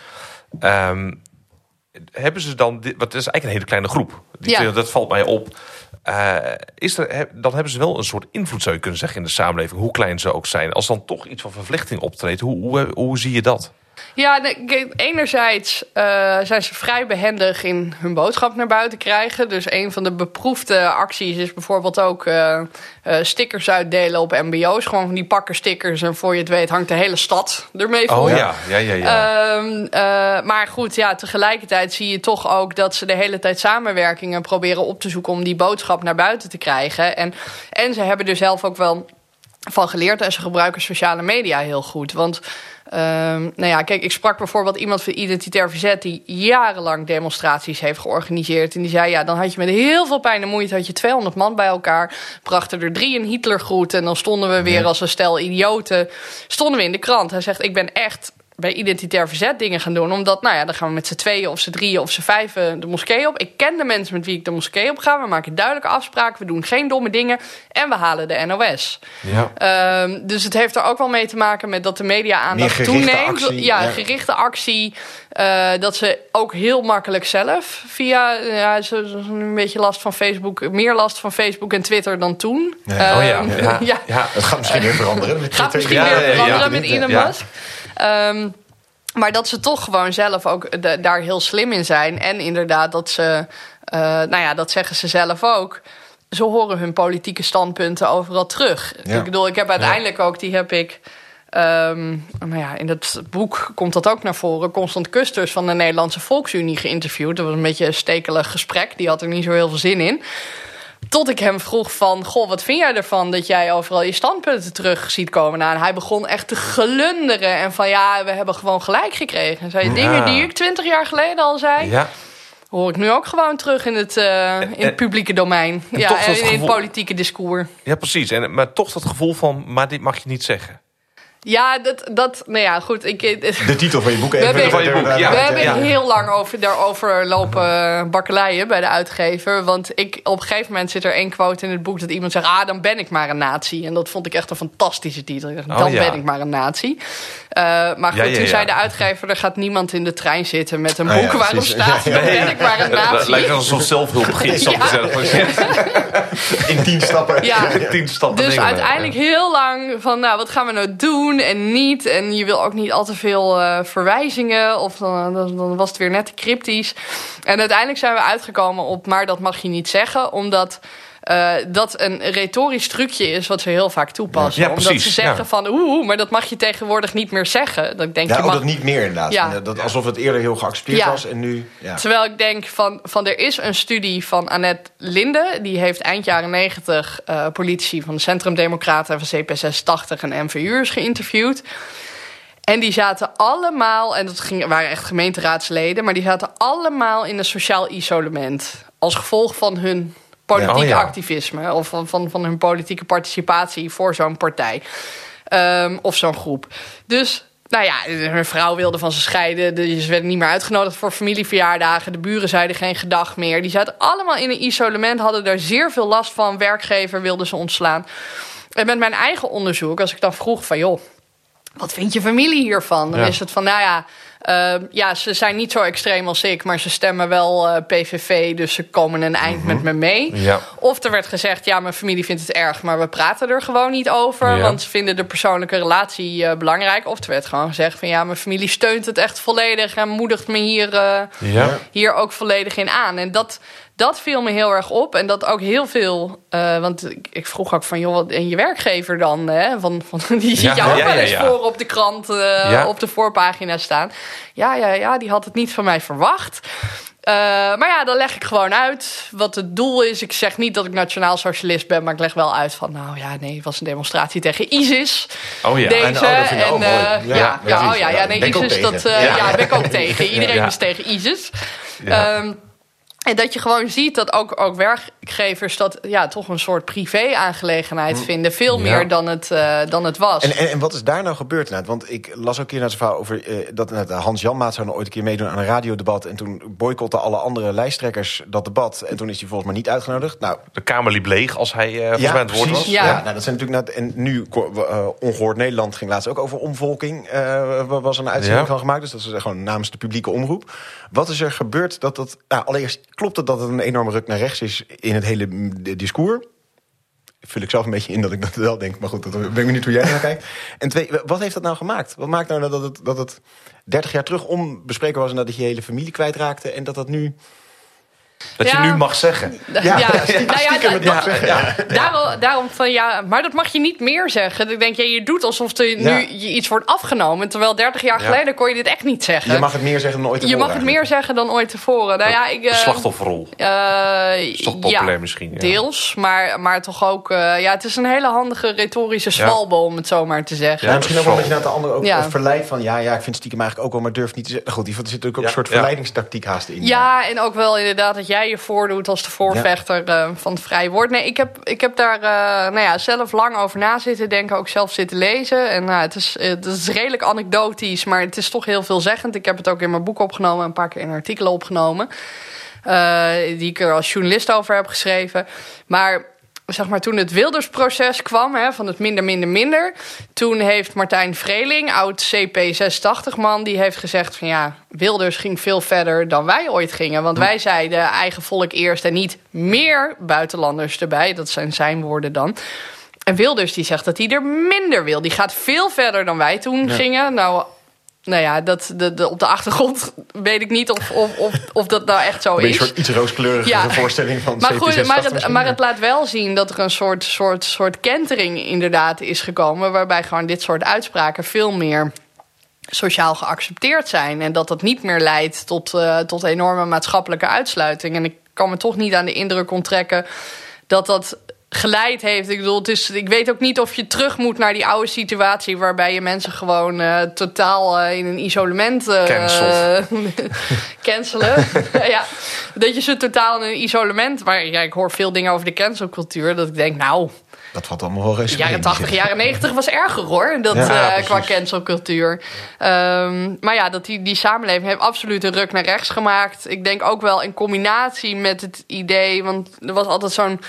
Um, hebben ze dan, dit, want het is eigenlijk een hele kleine groep. Die, Ja. Dat valt mij op. Uh, is er, he, dan hebben ze wel een soort invloed, zou je kunnen zeggen, in de samenleving, hoe klein ze ook zijn. Als dan toch iets van vervlechting optreedt, hoe, hoe, hoe zie je dat? Ja, nee, kijk, enerzijds uh, zijn ze vrij behendig in hun boodschap naar buiten krijgen. Dus een van de beproefde acties is bijvoorbeeld ook uh, uh, stickers uitdelen op mbo's. Gewoon van die pakken stickers en voor je het weet hangt de hele stad ermee vol. Oh ja, ja, ja. ja. Um, uh, maar goed, ja, tegelijkertijd zie je toch ook dat ze de hele tijd samenwerkingen proberen op te zoeken om die boodschap naar buiten te krijgen. En, en ze hebben er zelf ook wel van geleerd en ze gebruiken sociale media heel goed. Want Um, nou ja, kijk, ik sprak bijvoorbeeld iemand van Identitair Verzet die jarenlang demonstraties heeft georganiseerd. En die zei, ja, dan had je met heel veel pijn en moeite had je tweehonderd man bij elkaar. Brachten er drie een Hitlergroet en dan stonden we weer als een stel idioten. Stonden we in de krant. Hij zegt, ik ben echt bij Identitair Verzet dingen gaan doen. Omdat, nou ja, dan gaan we met z'n tweeën of z'n drieën of z'n vijven de moskee op. Ik ken de mensen met wie ik de moskee op ga. We maken duidelijke afspraken. We doen geen domme dingen. En we halen de N O S. Ja. Um, dus het heeft er ook wel mee te maken met dat de media-aandacht toeneemt. Actie, ja, ja, gerichte actie. Uh, dat ze ook heel makkelijk zelf via... Ja, ze, ze een beetje last van Facebook. Meer last van Facebook en Twitter dan toen. Ja. Um, oh ja. Ja. ja. ja. Het gaat misschien weer veranderen. Met gaat misschien ja, weer ja, ja, veranderen ja, met ja, Elon ja. Musk. Um, maar dat ze toch gewoon zelf ook de, daar heel slim in zijn. En inderdaad dat ze... Uh, nou ja, dat zeggen ze zelf ook. Ze horen hun politieke standpunten overal terug. Ja. Ik bedoel, ik heb uiteindelijk ja. ook... Die heb ik... Um, nou ja, in het boek komt dat ook naar voren. Constant Kusters van de Nederlandse Volksunie geïnterviewd. Dat was een beetje een stekelig gesprek. Die had er niet zo heel veel zin in. Tot ik hem vroeg van, goh, wat vind jij ervan dat jij overal je standpunten terug ziet komen? Nou, en hij begon echt te glunderen en van, ja, we hebben gewoon gelijk gekregen. En zei, ja. dingen die ik twintig jaar geleden al zei, ja. hoor ik nu ook gewoon terug in het, uh, in het publieke domein. En ja, en in gevoel... het politieke discours. Ja, precies. En, maar toch dat gevoel van, maar dit mag je niet zeggen. Ja, dat, dat, nou ja, goed. Ik, de titel van je boek. We even hebben, van je boek, ja. we hebben ja. heel lang over, daarover lopen bakkeleien bij de uitgever. Want ik, op een gegeven moment zit er één quote in het boek dat iemand zegt, ah, dan ben ik maar een nazi. En dat vond ik echt een fantastische titel. Dan oh, ja. ben ik maar een nazi. Uh, maar goed, ja, ja, ja. toen zei de uitgever, er gaat niemand in de trein zitten met een boek oh, ja, waarop staat, dan nee. ben ik maar een nazi. Dat lijkt als zo'n zelfhulpgids. ja. In tien stappen. Ja. In tien stappen. Dus uiteindelijk ja. heel lang van, nou, wat gaan we nou doen en niet. En je wil ook niet al te veel uh, verwijzingen. Of dan, dan, dan was het weer net te cryptisch. En uiteindelijk zijn we uitgekomen op, maar dat mag je niet zeggen. Omdat uh, dat een retorisch trucje is wat ze heel vaak toepassen. Ja, omdat precies, ze zeggen ja. van, oeh, maar dat mag je tegenwoordig niet meer zeggen. Dat denk ja, je mag... mag... dat niet meer inderdaad. Ja. Dat, alsof het eerder heel geaccepteerd ja. was en nu... Ja. Terwijl ik denk van, van, er is een studie van Annette Linde. Die heeft eind jaren negentig uh, politici van de Centrum Democraten en van C P zesentachtig en M V U'ers geïnterviewd. En die zaten allemaal, en dat ging, waren echt gemeenteraadsleden, maar die zaten allemaal in een sociaal isolement. Als gevolg van hun politieke ja. oh, ja. activisme of van, van, van hun politieke participatie voor zo'n partij. Um, of zo'n groep. Dus, nou ja, hun vrouw wilde van ze scheiden. Dus ze werden niet meer uitgenodigd voor familieverjaardagen. De buren zeiden geen gedag meer. Die zaten allemaal in een isolement, hadden daar zeer veel last van. Werkgever wilde ze ontslaan. En met mijn eigen onderzoek, als ik dan vroeg van, joh, wat vindt je familie hiervan? Dan ja. is het van, nou ja, uh, ja, ze zijn niet zo extreem als ik, maar ze stemmen wel uh, P V V, dus ze komen een eind mm-hmm. met me mee. Ja. Of er werd gezegd, ja, mijn familie vindt het erg, maar we praten er gewoon niet over, ja. want ze vinden de persoonlijke relatie uh, belangrijk. Of er werd gewoon gezegd van, ja, mijn familie steunt het echt volledig en moedigt me hier, uh, ja. hier ook volledig in aan. En dat... Dat viel me heel erg op. En dat ook heel veel... Uh, want ik, ik vroeg ook van, joh, wat, en je werkger dan? Hè? Van, van, die ziet ja, jou ook ja, wel eens ja, ja. voor op de krant, uh, ja. op de voorpagina staan. Ja, ja, ja, die had het niet van mij verwacht. Uh, maar ja, dan leg ik gewoon uit wat het doel is. Ik zeg niet dat ik nationaal socialist ben, maar ik leg wel uit van, nou ja, nee, het was een demonstratie tegen ISIS. Oh ja. Deze. En, oh, dat vind ik en, ook mooi. Ja, ja, ja, ja, oh, ja, ja, nee, ISIS, dat, uh, ja. ja, ben ik ook tegen. Iedereen ja. is tegen ISIS. Ja. Um, En dat je gewoon ziet dat ook, ook werkgevers dat ja, toch een soort privé-aangelegenheid vinden. Veel ja. meer dan het, uh, dan het was. En, en, en wat is daar nou gebeurd inderdaad? Want ik las ook een keer naar zijn verhaal over uh, dat uh, Hans Janmaat zou nou ooit een keer meedoen aan een radiodebat. En toen boycotten alle andere lijsttrekkers dat debat. En toen is hij volgens mij niet uitgenodigd. Nou, de Kamer liep leeg als hij uh, volgens ja, mij het woord was. Ja, ja nou, dat zijn natuurlijk net. En nu, uh, Ongehoord Nederland ging laatst ook over omvolking. Uh, was een uitzending ja. van gemaakt. Dus dat is gewoon namens de publieke omroep. Wat is er gebeurd dat dat... Nou, allereerst klopt het dat het een enorme ruk naar rechts is in het hele discours. Vul ik zelf een beetje in dat ik dat wel denk. Maar goed, dat ben ik benieuwd hoe jij naar kijkt. En twee, wat heeft dat nou gemaakt? Wat maakt nou dat het, dat het dertig jaar terug onbespreekbaar was en dat je je hele familie kwijtraakte en dat dat nu... Dat Ja. je nu mag zeggen. Ja, Ja, ja, nou ja, stiekem het da- mag zeggen. Ja. Daarom, daarom van ja, maar dat mag je niet meer zeggen. Ik denk, ja, je doet alsof er nu Ja. je iets wordt afgenomen. Terwijl dertig jaar Ja. geleden kon je dit echt niet zeggen. Je mag het meer zeggen dan ooit Je tevoren mag het meer zeggen dan ooit tevoren. Nou ja, ik, De eh, slachtofferrol. eh, Is toch populair ja, misschien? Ja. deels, maar, maar toch ook... eh, ja, het is een hele handige retorische zwalbe, om het zo maar te zeggen. Ja, misschien ook wel een beetje naar de ander ook Ja. verleid van... ja, ja, ik vind stiekem eigenlijk ook wel, maar durf niet te zeggen. Goed, er zit natuurlijk ook Ja, een soort ja. verleidingstactiek haast in. Ja, en ook wel inderdaad dat jij je voordoet als de voorvechter eh, van het vrije woord. Nee, ik heb, ik heb daar eh, nou ja, zelf lang over na zitten denken, ook zelf zitten lezen. En nou, het, is, het is redelijk anekdotisch, maar het is toch heel veelzeggend. Ik heb het ook in mijn boek opgenomen, een paar keer in artikelen opgenomen. Uh, die ik er als journalist over heb geschreven. Maar zeg maar, toen het Wildersproces kwam, hè, van het minder, minder, minder... toen heeft Martijn Vreeling, oud C P zesentachtig-man... die heeft gezegd van ja, Wilders ging veel verder dan wij ooit gingen. Want wij zeiden eigen volk eerst en niet meer buitenlanders erbij. Dat zijn zijn woorden dan. En Wilders die zegt dat hij er minder wil. Die gaat veel verder dan wij toen Ja. gingen. Nou... Nou ja, dat, de, de, op de achtergrond weet ik niet of, of, of, of dat nou echt zo Een beetje is. een soort iets rooskleurige Ja. voorstelling van Maar C P goed, maar zesentachtig het, misschien. maar het laat wel zien dat er een soort, soort, soort kentering inderdaad is gekomen... waarbij gewoon dit soort uitspraken veel meer sociaal geaccepteerd zijn... en dat dat niet meer leidt tot, uh, tot enorme maatschappelijke uitsluiting. En ik kan me toch niet aan de indruk onttrekken dat dat geleid heeft. Ik bedoel, het is, ik weet ook niet of je terug moet naar die oude situatie... waarbij je mensen gewoon uh, totaal uh, in een isolement... Uh, Cancelled. cancelen. Ja, dat je ze totaal in een isolement... Maar ja, ik hoor veel dingen over de cancelcultuur... dat ik denk, nou... Dat valt allemaal wel eens. Jaren tachtig, jaren negentig was erger hoor. Dat, Ja, uh, precies. qua cancelcultuur. Um, maar ja, dat die, die samenleving heeft absoluut een ruk naar rechts gemaakt. Ik denk ook wel in combinatie met het idee... want er was altijd zo'n...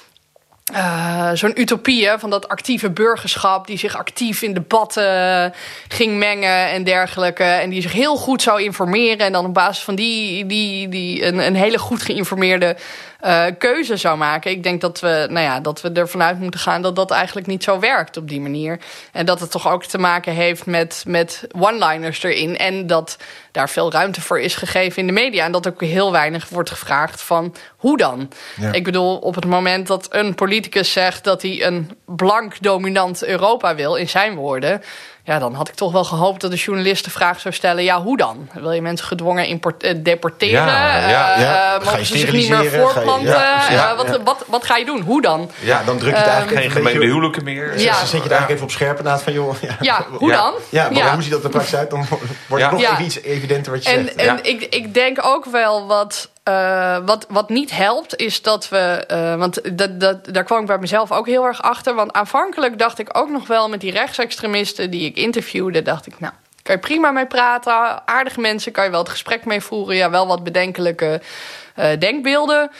Uh, zo'n utopie hè, van dat actieve burgerschap... die zich actief in debatten ging mengen en dergelijke... en die zich heel goed zou informeren... en dan op basis van die, die, die een, een hele goed geïnformeerde uh, keuze zou maken. Ik denk dat we, nou ja, dat we ervan uit moeten gaan... dat dat eigenlijk niet zo werkt op die manier. En dat het toch ook te maken heeft met, met one-liners erin... en dat daar veel ruimte voor is gegeven in de media... en dat ook heel weinig wordt gevraagd van hoe dan? Ja. Ik bedoel, op het moment dat een politicus zegt... dat hij een blank dominant Europa wil, in zijn woorden... ja, dan had ik toch wel gehoopt dat de journalist de vraag zou stellen... ja, hoe dan? Wil je mensen gedwongen import- eh, deporteren? Ja, ja, ja. Uh, Ga je mogen ze zich niet meer steriliseren? Ga je- voorplanten? ja, ja, Uh, wat, ja. Wat, wat ga je doen? Hoe dan? Ja, dan druk je het Uh, eigenlijk Geen even een gemengde beetje- huwelijken meer. Ja. Dan zet je het eigenlijk even op scherp inderdaad van... joh, ja, Ja, hoe Ja. dan? ja, maar hoe ziet dat er praktisch uit? Dan wordt het Ja. nog Ja. even iets evidenter wat je En, zegt. en Ja. ik, ik denk ook wel wat, uh, wat, wat niet helpt, is dat we... Uh, want dat, dat, daar kwam ik bij mezelf ook heel erg achter. Want aanvankelijk dacht ik ook nog wel met die rechtsextremisten die ik interviewde... dacht ik, nou, kan je prima mee praten. Aardige mensen, kan je wel het gesprek mee voeren. Ja, wel wat bedenkelijke uh, denkbeelden.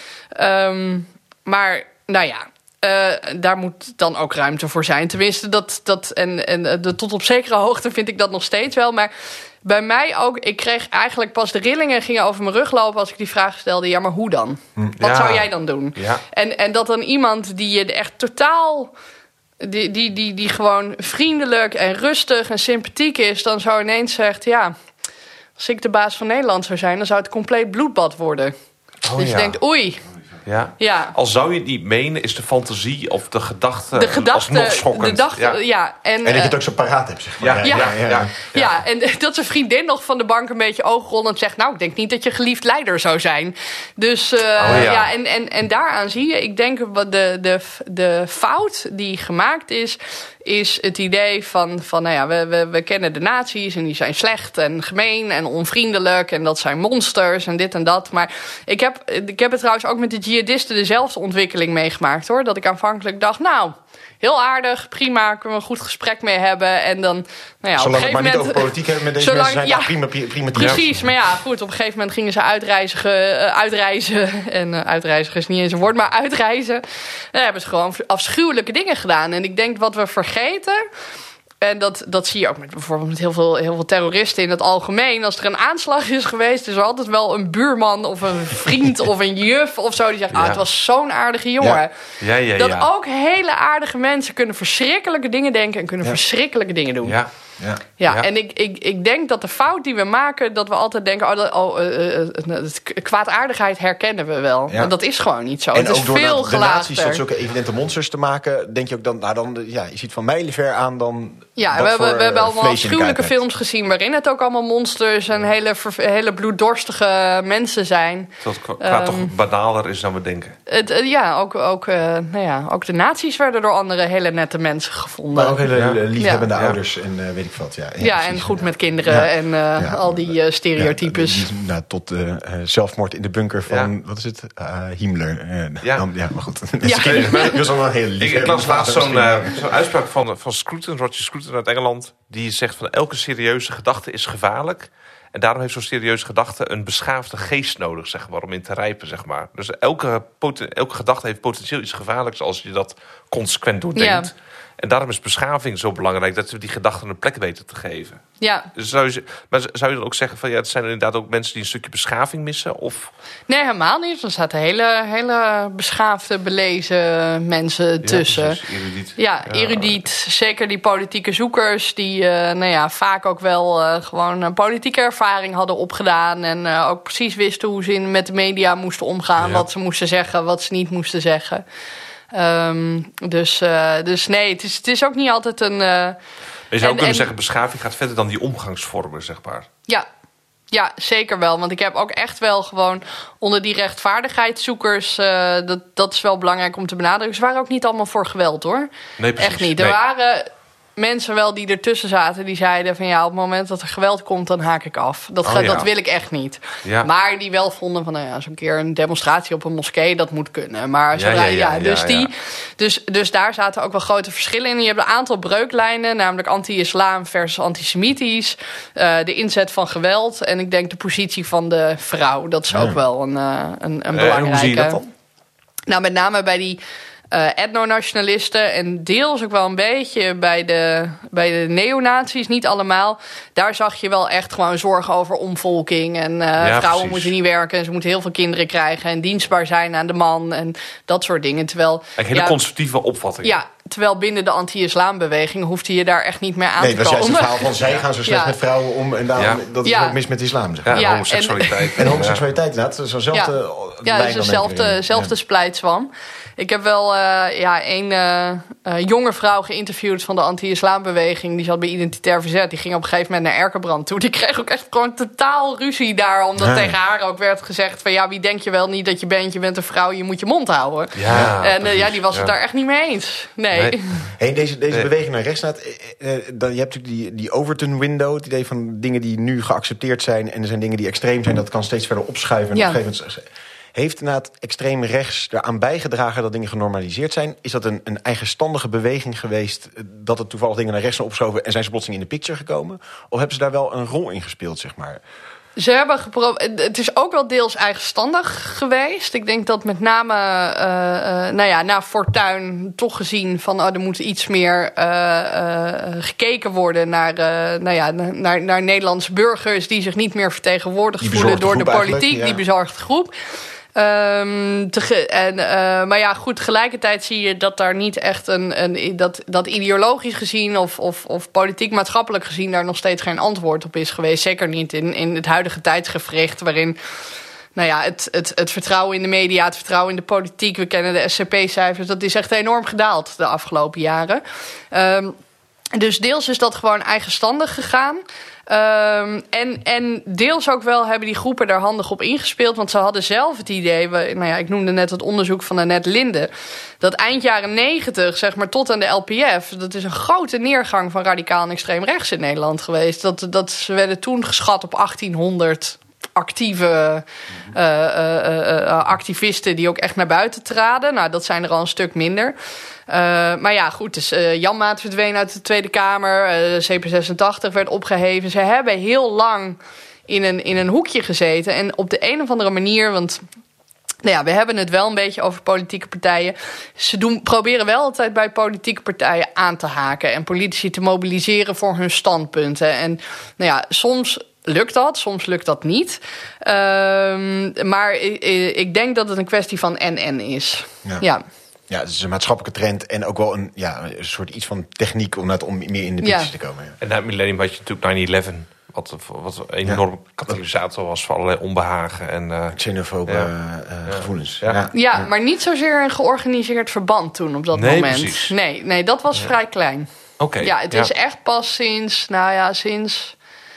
Um, maar, nou ja... Uh, daar moet dan ook ruimte voor zijn. Tenminste, dat, dat, en, en de, tot op zekere hoogte vind ik dat nog steeds wel. Maar bij mij ook, ik kreeg eigenlijk pas de rillingen gingen over mijn rug lopen... als ik die vraag stelde, ja, maar hoe dan? Wat Ja. zou jij dan doen? Ja. En, en dat dan iemand die je echt totaal... Die, die, die, die gewoon vriendelijk en rustig en sympathiek is... dan zo ineens zegt, ja... als ik de baas van Nederland zou zijn... dan zou het een compleet bloedbad worden. Oh, dus ja. je denkt, oei, Ja. ja... Al zou je het niet menen, is de fantasie of de gedachte, De gedachte, alsnog schokkend. de dachte, ja. ja. En, En dat je uh, het ook zo paraat hebt, zeg maar. Ja, ja, ja, ja. Ja, en dat zijn vriendin nog van de bank een beetje oogrollend zegt... nou, ik denk niet dat je geliefd leider zou zijn. Dus uh, Oh, ja. ja, en, en, en daaraan zie je... ik denk wat de, de, de fout die gemaakt is... is het idee van, van nou ja, we, we, we kennen de nazi's... en die zijn slecht en gemeen en onvriendelijk... en dat zijn monsters en dit en dat. Maar ik heb, ik heb het trouwens ook met de jihadisten... dezelfde ontwikkeling meegemaakt, hoor. Dat ik aanvankelijk dacht, nou... heel aardig, prima, kunnen we een goed gesprek mee hebben. En dan, nou ja, op een Zolang we het gegeven maar niet moment... over politiek hebben met deze Zolang- mensen... zijn ja. nou, prima, prima, prima. Precies, maar ja, goed, op een gegeven moment gingen ze uitreizigen, uh, uitreizen. En uh, uitreizigen is niet eens een woord, maar uitreizen. Dan hebben ze gewoon afschuwelijke dingen gedaan. En ik denk wat we vergeten... En dat, dat zie je ook met bijvoorbeeld met heel veel, heel veel terroristen in het algemeen. Als er een aanslag is geweest, is er altijd wel een buurman of een vriend of een juf of zo die zegt: ah, Ja. het was zo'n aardige jongen. Ja. Ja, ja, Dat ja. ook hele aardige mensen kunnen verschrikkelijke dingen denken en kunnen Ja. verschrikkelijke dingen doen. Ja. Ja, ja, Ja. en ik, ik, ik denk dat de fout die we maken, dat we altijd denken, oh, dat, oh uh, uh, het kwaadaardigheid herkennen we wel. Ja. Maar dat is gewoon niet zo. En het is ook door veel de, de nazi's tot gelaagder. zulke evidente monsters te maken, denk je ook dan, nou dan, ja, je ziet van mijlenver aan dan. Ja, wat we hebben, voor, we hebben eh, allemaal vlees je in de afschuwelijke kuip hebt. films gezien waarin het ook allemaal monsters en hele, ver- hele bloeddorstige mensen zijn. Dat het kwaad Ehm, toch banaler is dan we denken. Het, uh, ja, ook, ook, uh, nou ja, ook de nazi's werden door andere hele nette mensen gevonden. Maar ook hele Ja. liefhebbende Ja. ouders en uh, weet ik wat. Ja, ja, ja, precies, en goed ja. met kinderen Ja. en uh, Ja. al die uh, stereotypes. Ja, die- die- nou, tot uh, uh, zelfmoord in de bunker van, Ja. wat is het? Uh, Himmler. Uh, Ja. Dan, ja, maar goed. Ja. Dat was allemaal een hele lief. Ik, ik las laatst zo'n uh, zo'n uitspraak van, van Scruton, Roger Scruton uit Engeland. Die zegt van elke serieuze gedachte is gevaarlijk. En daarom heeft zo'n serieuze gedachte een beschaafde geest nodig, zeg maar, om in te rijpen, zeg maar. Dus elke, poten- elke gedachte heeft potentieel iets gevaarlijks als je dat consequent doordenkt. Ja. En daarom is beschaving zo belangrijk, dat we die gedachten een plek weten te geven. Ja, Dus zou je, maar zou je dan ook zeggen van ja, het zijn inderdaad ook mensen die een stukje beschaving missen? Of nee, helemaal niet. Er zaten hele, hele beschaafde, belezen mensen tussen. Ja, precies, erudiet. Ja, erudiet. Zeker die politieke zoekers die uh, nou ja, vaak ook wel uh, gewoon een politieke ervaring hadden opgedaan. En uh, ook precies wisten hoe ze in, met de media moesten omgaan. Ja. Wat ze moesten zeggen, wat ze niet moesten zeggen. Um, dus, uh, dus nee, het is, het is ook niet altijd een... Uh, Je zou en- kunnen en- zeggen, beschaving gaat verder dan die omgangsvormen, zeg maar. Ja. Ja, zeker wel. Want ik heb ook echt wel gewoon onder die rechtvaardigheidszoekers... Uh, dat, dat is wel belangrijk om te benadrukken. Ze waren ook niet allemaal voor geweld, hoor. Nee, precies. Echt niet. Er Nee. waren mensen wel die ertussen zaten... die zeiden van ja, op het moment dat er geweld komt... dan haak ik af. Dat, Oh, ga- ja. dat wil ik echt niet. Ja. Maar die wel vonden van nou ja, zo'n keer een demonstratie op een moskee... dat moet kunnen. Maar Ja, zodra, ja, ja, ja, dus, ja. die, dus, dus daar zaten ook wel grote verschillen in. Je hebt een aantal breuklijnen, namelijk anti-islam versus antisemitisch. Uh, de inzet van geweld. En ik denk de positie van de vrouw. Dat is ook Ja. wel een, uh, een, een Eh, belangrijke... en hoe zie je dat dan? Nou, met name bij die uh, etnonationalisten en deels ook wel een beetje bij de, bij de neonazies, niet allemaal. Daar zag je wel echt gewoon zorgen over omvolking. En uh, vrouwen precies. moeten niet werken en ze moeten heel veel kinderen krijgen en dienstbaar zijn aan de man en dat soort dingen. Terwijl, Eigenlijk hele ja, conservatieve opvatting. ja, terwijl binnen de anti-islambeweging hoefde je daar echt niet meer aan Nee, te dat is juist komen. het verhaal van zij gaan zo slecht Ja. met vrouwen om en daarom, Ja. dat is Ja. ook mis met islam. Zeg Ja, maar. Ja, homoseksualiteit. En homoseksualiteit inderdaad, dat is zo'nzelfde Ja. lijn Ja, dan dus denk ik dezelfde, erin. dezelfde Ja. splijtswam. Ik heb wel uh, ja, een uh, uh, jonge vrouw geïnterviewd van de anti-islambeweging. Die zat bij Identitair Verzet. Die ging op een gegeven moment naar Erkenbrand toe. Die kreeg ook echt gewoon totaal ruzie daar. Omdat Ja. tegen haar ook werd gezegd van ja, wie denk je wel niet dat je bent? Je bent een vrouw, je moet je mond houden. Ja, en uh, precies. ja, die was het Ja. daar echt niet mee eens. Nee. Nee. Hey, deze deze Nee. beweging naar rechts gaat, eh, eh, dan, je hebt natuurlijk die, die Overton window, het idee van dingen die nu geaccepteerd zijn en er zijn dingen die extreem zijn, dat kan steeds verder opschuiven. En Ja. op een gegeven moment heeft inderdaad extreem rechts eraan bijgedragen dat dingen genormaliseerd zijn. Is dat een, een eigenstandige beweging geweest, eh, dat het toevallig dingen naar rechts zijn opgeschoven en zijn ze plotseling in de picture gekomen? Of hebben ze daar wel een rol in gespeeld, zeg maar? Ze hebben geprobeerd. Het is ook wel deels eigenstandig geweest. Ik denk dat met name, uh, uh, nou ja, na Fortuyn toch gezien van, oh, er moet iets meer uh, uh, gekeken worden naar, uh, nou ja, naar, naar Nederlandse burgers die zich niet meer vertegenwoordigd Die voelen door de bezorgde groep politiek, eigenlijk, ja. die bezorgde groep. Um, te ge- en, uh, maar ja, goed, tegelijkertijd zie je dat daar niet echt een, een dat, dat ideologisch gezien of, of, of politiek-maatschappelijk gezien daar nog steeds geen antwoord op is geweest. Zeker niet in, in het huidige tijdsgevricht waarin, nou ja, het, het, het vertrouwen in de media, het vertrouwen in de politiek, we kennen de S C P-cijfers, dat is echt enorm gedaald de afgelopen jaren. Um, dus deels is dat gewoon eigenstandig gegaan. Um, en, en deels ook wel hebben die groepen daar handig op ingespeeld. Want ze hadden zelf het idee, we, nou ja, ik noemde net het onderzoek van Annette Linde, dat eind jaren negentig, zeg maar tot aan de L P F, dat is een grote neergang van radicaal en extreem rechts in Nederland geweest. Dat, dat ze werden toen geschat op achttienhonderd actieve uh, uh, uh, activisten die ook echt naar buiten traden. Nou, dat zijn er al een stuk minder. Uh, maar ja, goed, dus uh, Janmaat verdween uit de Tweede Kamer. Uh, C P zesentachtig werd opgeheven. Ze hebben heel lang in een, in een hoekje gezeten. En op de een of andere manier, want nou ja, we hebben het wel een beetje over politieke partijen. Ze doen, proberen wel altijd bij politieke partijen aan te haken en politici te mobiliseren voor hun standpunten. En nou ja, soms lukt dat, soms lukt dat niet. Um, maar ik, ik denk dat het een kwestie van en-en is. Ja. Ja. Ja, het is een maatschappelijke trend en ook wel een, ja, een soort iets van techniek om, dat, om meer in de politie Ja. te komen. Ja. En na het millennium had je natuurlijk nine eleven. Wat, wat een enorm ja. katalysator was voor allerlei onbehagen. En, uh, xenofobe ja. uh, ja. gevoelens. Ja. Ja. Ja, maar niet zozeer een georganiseerd verband toen op dat nee, moment. Precies. Nee, nee, dat was ja. vrij klein. Oké. Okay. Ja, het ja. is echt pas sinds, nou ja, sinds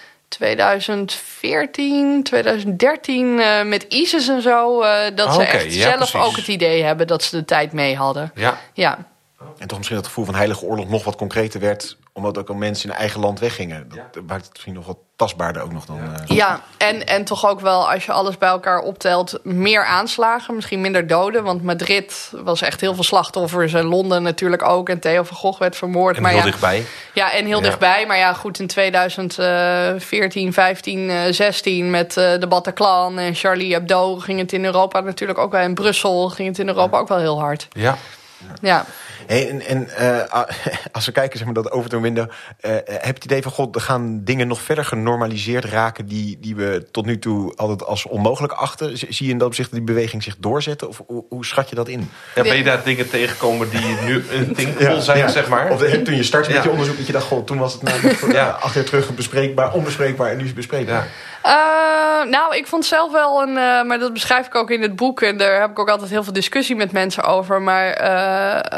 twintig veertien, twintig dertien uh, met ISIS en zo, uh, dat oh, ze okay. echt ja, zelf precies. ook het idee hebben dat ze de tijd mee hadden. Ja. ja. En toch misschien het gevoel van heilige oorlog nog wat concreter werd, omdat ook al mensen in hun eigen land weggingen. Dat ja. maakt het misschien nog wat tastbaarder ook nog dan. Ja, uh... ja en, en toch ook wel, als je alles bij elkaar optelt, meer aanslagen, misschien minder doden. Want Madrid was echt heel veel slachtoffers en Londen natuurlijk ook. En Theo van Gogh werd vermoord. En maar heel ja, dichtbij. Ja, en heel ja. dichtbij. Maar ja, goed, in twintig veertien, vijftien, zestien met uh, de Bataclan en Charlie Hebdo ging het in Europa natuurlijk ook wel. In Brussel ging het in Europa ook wel heel hard. Ja. Ja. Hey, en en uh, als we kijken, zeg maar, dat Overton window, uh, heb je het idee van, god, er gaan dingen nog verder genormaliseerd raken die, die we tot nu toe altijd als onmogelijk achten? Zie je in dat opzicht die beweging zich doorzetten? Of hoe, hoe schat je dat in? Ja, ben je daar dingen tegengekomen die nu een dingvol zijn, ja, zeg maar? Of de, toen je startte met ja. je onderzoek, dat je dacht, god, toen was het nou ja. acht jaar terug bespreekbaar, onbespreekbaar en nu is het bespreekbaar. Ja. Uh, nou, ik vond zelf wel een... Uh, maar dat beschrijf ik ook in het boek. En daar heb ik ook altijd heel veel discussie met mensen over. Maar uh,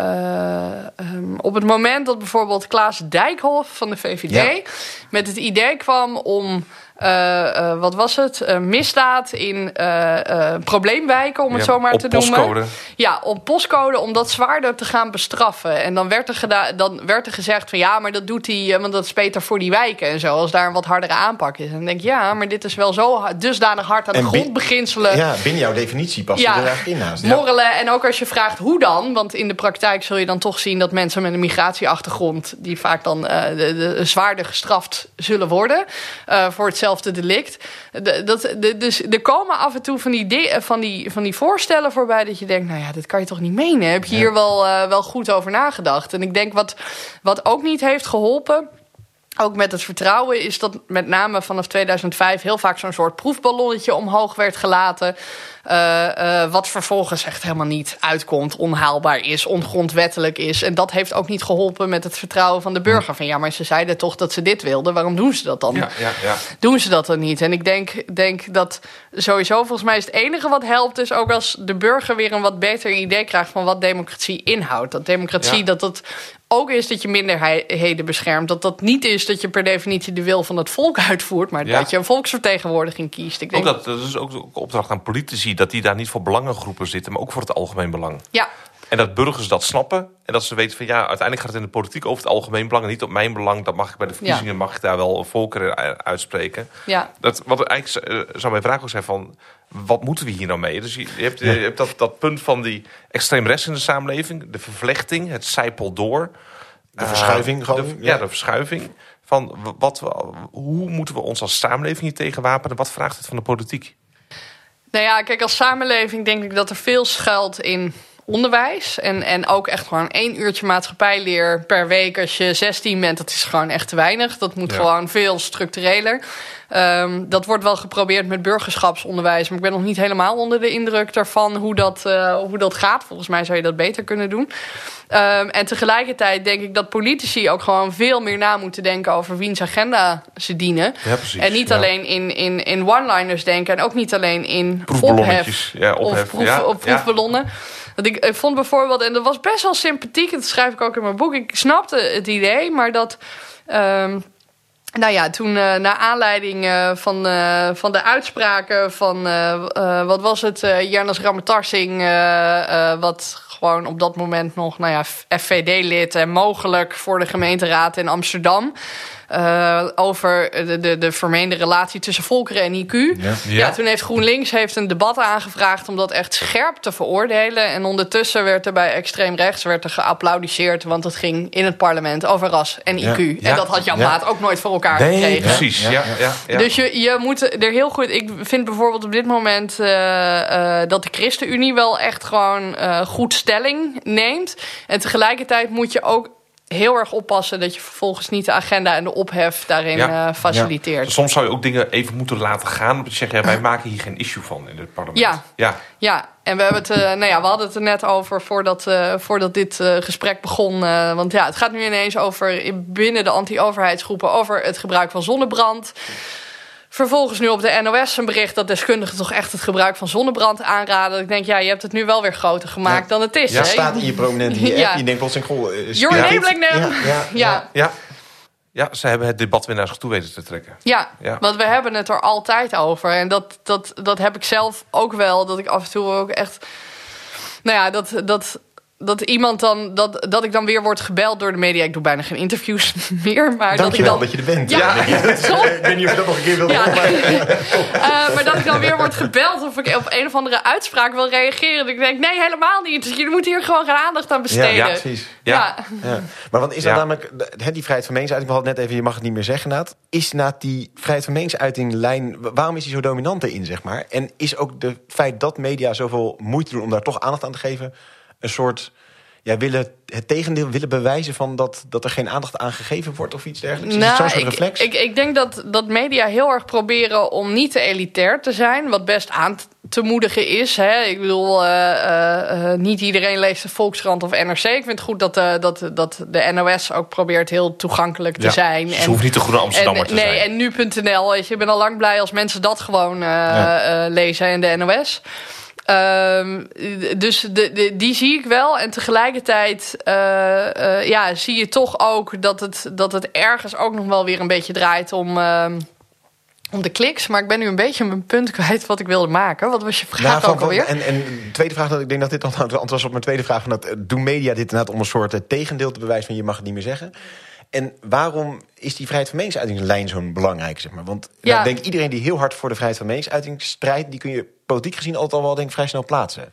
uh, um, op het moment dat bijvoorbeeld Klaas Dijkhoff van de V V D... Ja. met het idee kwam om... Uh, uh, wat was het? Uh, misdaad in uh, uh, probleemwijken, om het ja, zo maar te postcode. noemen. Ja, op postcode, om dat zwaarder te gaan bestraffen. En dan werd er, geda- dan werd er gezegd van ja, maar dat doet hij, want dat is beter voor die wijken en zo, als daar een wat hardere aanpak is. En dan denk ik, ja, maar dit is wel zo dusdanig hard aan de en grondbeginselen. Bin- ja, binnen jouw definitie past ja, er eigenlijk in naast. Ja. Morrelen, en ook als je vraagt hoe dan, want in de praktijk zul je dan toch zien dat mensen met een migratieachtergrond, die vaak dan uh, de, de, zwaarder gestraft zullen worden uh, voor het delict. De, dat, de, dus er komen af en toe van die, de, van, die, van die voorstellen voorbij dat je denkt, nou ja, dat kan je toch niet menen? Heb je hier ja. wel, uh, wel goed over nagedacht? En ik denk wat, wat ook niet heeft geholpen, ook met het vertrouwen, is dat met name vanaf tweeduizend vijf heel vaak zo'n soort proefballonnetje omhoog werd gelaten. Uh, uh, wat vervolgens echt helemaal niet uitkomt, onhaalbaar is, ongrondwettelijk is. En dat heeft ook niet geholpen met het vertrouwen van de burger. Van ja, maar ze zeiden toch dat ze dit wilden. Waarom doen ze dat dan? Ja, ja, ja. Doen ze dat dan niet? En ik denk, denk dat sowieso volgens mij is het enige wat helpt, is ook als de burger weer een wat beter idee krijgt van wat democratie inhoudt. Dat democratie, ja. dat dat ook is dat je minderheden beschermt. Dat dat niet is dat je per definitie de wil van het volk uitvoert, maar ja. dat je een volksvertegenwoordiging kiest. Ik denk, ook dat, dat is ook de opdracht aan politici, dat die daar niet voor belangengroepen zitten, maar ook voor het algemeen belang. Ja. En dat burgers dat snappen en dat ze weten van ja, uiteindelijk gaat het in de politiek over het algemeen belang en niet op mijn belang. Dat mag ik bij de verkiezingen, ja. mag ik daar wel een voorkeur uitspreken. Ja. Dat, wat eigenlijk uh, zou mijn vraag ook zijn van, wat moeten we hier nou mee? Dus je, je hebt, je hebt dat, dat punt van die extreem rechts in de samenleving, de vervlechting, het zijpelt door. De verschuiving gewoon. Uh, de, ja. ja, de verschuiving. Van wat, hoe moeten we ons als samenleving hier tegen wapenen? Wat vraagt het van de politiek? Nou ja, kijk, als samenleving denk ik dat er veel schuilt in onderwijs. En, en ook echt gewoon één uurtje maatschappijleer per week als je zestien bent. Dat is gewoon echt te weinig. Dat moet ja. gewoon veel structureler. Um, dat wordt wel geprobeerd met burgerschapsonderwijs. Maar ik ben nog niet helemaal onder de indruk daarvan hoe dat, uh, hoe dat gaat. Volgens mij zou je dat beter kunnen doen. Um, en tegelijkertijd denk ik dat politici ook gewoon veel meer na moeten denken over wiens agenda ze dienen. Ja, precies, en niet ja. alleen in, in, in one-liners denken. En ook niet alleen in ophef, ja, ophef of, proef, ja, of proefballonnen. Ja. Dat ik, ik vond bijvoorbeeld, en dat was best wel sympathiek, dat schrijf ik ook in mijn boek. Ik snapte het idee, maar dat Um, nou ja, toen uh, naar aanleiding uh, van, uh, van de uitspraken van, uh, uh, wat was het, uh, Jernas Ramatarsing, uh, uh, wat gewoon op dat moment nog, nou ja, F V D-lid en mogelijk voor de gemeenteraad in Amsterdam. Uh, over de, de, de vermeende relatie tussen volkeren en I Q. Ja. Ja. Ja, toen heeft GroenLinks heeft een debat aangevraagd om dat echt scherp te veroordelen. En ondertussen werd er bij extreem rechts werd er geapplaudiseerd, want het ging in het parlement over ras en I Q. Ja. Ja. En dat had Jan ja. Maat ook nooit voor elkaar nee, gekregen. Precies, ja. Ja, ja, ja. Dus je, je moet er heel goed. Ik vind bijvoorbeeld op dit moment uh, uh, dat de ChristenUnie wel echt gewoon uh, goed stelling neemt. En tegelijkertijd moet je ook heel erg oppassen dat je vervolgens niet de agenda en de ophef daarin Ja. uh, faciliteert. Ja. Soms zou je ook dingen even moeten laten gaan. Omdat je zegt, ja, wij maken hier geen issue van in het parlement. Ja. Ja. Ja, en we hebben het, uh, nou ja, we hadden het er net over voordat, uh, voordat dit uh, gesprek begon. Uh, want ja, het gaat nu ineens over binnen de anti-overheidsgroepen over het gebruik van zonnebrand. Vervolgens nu op de N O S een bericht dat deskundigen toch echt het gebruik van zonnebrand aanraden. Ik denk, ja, je hebt het nu wel weer groter gemaakt ja. dan het is. Ja, hè? staat in je prominente in je app. Ja. Je denkt plotseling, goh, uh, You're enabling them. Ja, ja, ja. Ja. Ja. Ja, ze hebben het debat weer naar zich toe weten te trekken. Ja, Ja. want we hebben het er altijd over. En dat, dat, dat heb ik zelf ook wel. Dat ik af en toe ook echt... Nou ja, dat... dat Dat iemand dan, dat, dat ik dan weer word gebeld door de media. Ik doe bijna geen interviews meer. Maar Dankjewel dat, ik dan, dat je er bent. Ja, Ja. Ik weet niet of je dat nog een keer wilde ja. horen. uh, maar dat ik dan weer word gebeld of ik op een of andere uitspraak wil reageren. Dat ik denk, nee, helemaal niet. Dus je moet hier gewoon geen aandacht aan besteden. Ja, ja, precies. Ja. Ja. Maar want is dat Ja. namelijk, he, die vrijheid van meningsuiting, we hadden net even, je mag het niet meer zeggen, Naat. Is Naat die vrijheid van meningsuiting lijn, waarom is die zo dominant erin, zeg maar? En is ook het feit dat media zoveel moeite doen om daar toch aandacht aan te geven, een soort... Ja, willen het tegendeel willen bewijzen van dat, dat er geen aandacht aan gegeven wordt of iets dergelijks? Nou, is het zo'n soort ik, reflex? Ik, ik denk dat, dat media heel erg proberen om niet te elitair te zijn. Wat best aan te moedigen is. Hè. Ik bedoel, uh, uh, uh, niet iedereen leest de Volkskrant of N R C. Ik vind het goed dat, uh, dat, dat de N O S ook probeert heel toegankelijk te Ja. zijn. Ze en, hoeft niet de Groene Amsterdammer en, te nee, zijn. En nu punt n l. Weet je, ik ben al lang blij als mensen dat gewoon uh, Ja. uh, lezen in de N O S. Um, dus de, de, die zie ik wel. En tegelijkertijd uh, uh, ja, zie je toch ook dat het, dat het ergens ook nog wel weer een beetje draait om, uh, om de kliks. Maar ik ben nu een beetje mijn punt kwijt wat ik wilde maken. Wat was je vraag Nou, van- ook alweer? En, en de tweede vraag, dat ik denk dat dit dan het antwoord was op mijn tweede vraag. Van dat, doen media dit inderdaad om een soort uh, tegendeel te bewijzen van je mag het niet meer zeggen? En waarom is die vrijheid van meningsuitingslijn zo'n belangrijk, zeg maar? Want Ja. nou, ik denk iedereen die heel hard voor de vrijheid van meningsuiting strijdt, die kun je politiek gezien altijd al wel denk ik vrij snel plaatsen.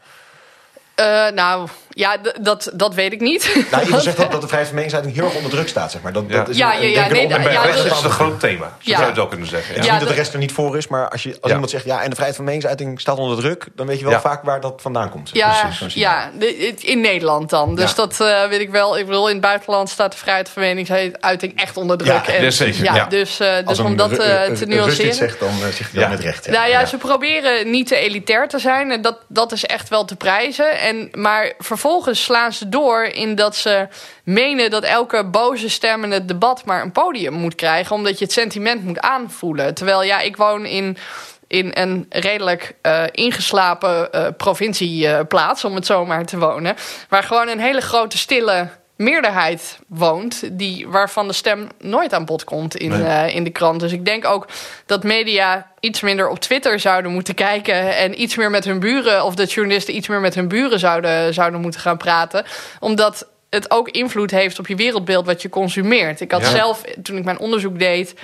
Uh, nou, ja, d- dat, dat weet ik niet. Nou, iemand zegt ook dat de vrijheid van meningsuiting heel erg onder druk staat, zeg maar. Dat, Ja. dat is Ja, een- ja, ja, denk ik nee, een da- onderwerp. ja, Rechts dat- is het een groot thema. Zo Ja. zou je het wel kunnen zeggen. Het Ja. is Ja, niet dat de dat- rest er niet voor is, maar als, je, als Ja. iemand zegt ja, en de vrijheid van meningsuiting staat onder druk, dan weet je wel Ja. vaak waar dat vandaan komt. zeg. Ja, Precies, zo'n signaal. ja, de- in Nederland dan. Dus Ja. dat uh, weet ik wel. Ik bedoel, in het buitenland staat de vrijheid van meningsuiting echt onder druk. Ja, En- ja, zeker. Ja, Ja. Dus, uh, Als dus een om dat Ru- uh, Ru- te Rus dit nuanceren. zegt, dan uh, zegt hij dat Ja. met recht. Ja. Nou ja, Ja. ze proberen niet te elitair te zijn. En dat, dat is echt wel te prijzen. En, maar vervolgens slaan ze door in dat ze menen dat elke boze stem in het debat maar een podium moet krijgen. Omdat je het sentiment moet aanvoelen. Terwijl ja, ik woon in... in een redelijk uh, ingeslapen uh, provincieplaats, uh, om het zo maar te wonen. Waar gewoon een hele grote stille meerderheid woont, die, waarvan de stem nooit aan bod komt in, Nee. uh, in de krant. Dus ik denk ook dat media iets minder op Twitter zouden moeten kijken en iets meer met hun buren, of dat journalisten iets meer met hun buren zouden, zouden moeten gaan praten. Omdat het ook invloed heeft op je wereldbeeld wat je consumeert. Ik had Ja. zelf, toen ik mijn onderzoek deed,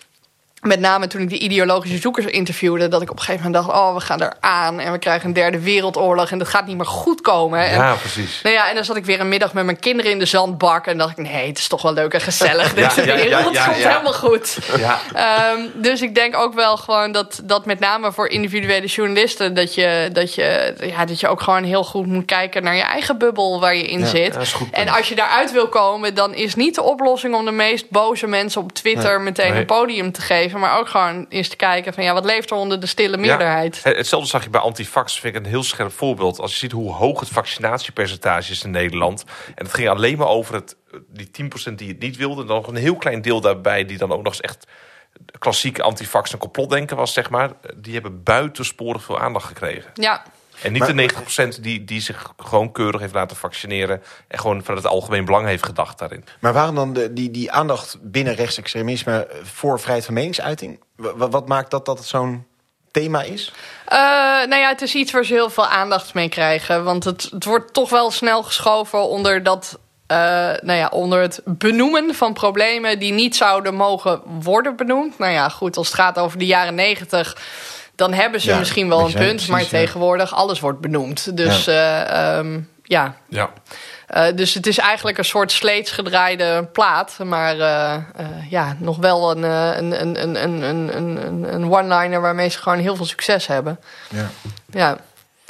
met name toen ik de ideologische zoekers interviewde, dat ik op een gegeven moment dacht, oh, we gaan eraan en we krijgen een derde wereldoorlog en dat gaat niet meer goed komen. En, Ja, precies. nou ja, en dan zat ik weer een middag met mijn kinderen in de zandbak en dacht ik, nee, het is toch wel leuk en gezellig. Deze ja, ja, wereld ja, komt ja. helemaal goed. Ja. Um, dus ik denk ook wel gewoon dat, dat met name voor individuele journalisten, dat je, dat, je, ja, dat je ook gewoon heel goed moet kijken naar je eigen bubbel waar je in Ja, zit. dat is goed En punt. als je daaruit wil komen, dan is niet de oplossing om de meest boze mensen op Twitter Nee. meteen Nee. een podium te geven, maar ook gewoon eens te kijken van ja, wat leeft er onder de stille meerderheid? Ja, hetzelfde zag je bij antivax, vind ik een heel scherp voorbeeld. Als je ziet hoe hoog het vaccinatiepercentage is in Nederland. En het ging alleen maar over het, die tien procent die het niet wilde. Dan nog een heel klein deel daarbij die dan ook nog eens echt klassieke antivax en complotdenken was, zeg maar. Die hebben buitensporig veel aandacht gekregen. Ja. En niet Maar- de negentig procent die, die zich gewoon keurig heeft laten vaccineren en gewoon vanuit het algemeen belang heeft gedacht daarin. Maar waarom dan de, die, die aandacht binnen rechtsextremisme voor vrijheid van meningsuiting? W- wat maakt dat dat het zo'n thema is? Uh, nou ja, het is iets waar ze heel veel aandacht mee krijgen. Want het, het wordt toch wel snel geschoven onder dat, uh, nou ja, onder het benoemen van problemen die niet zouden mogen worden benoemd. Nou ja, goed, als het gaat over de jaren negentig, dan hebben ze Ja, misschien wel een precies, punt. Maar ja. tegenwoordig, alles wordt benoemd. Dus ja, uh, um, ja. Ja. Uh, dus het is eigenlijk een soort sleets gedraaide plaat. Maar uh, uh, ja, nog wel een, uh, een, een, een, een, een, een, een one-liner waarmee ze gewoon heel veel succes hebben. Ja. Ja.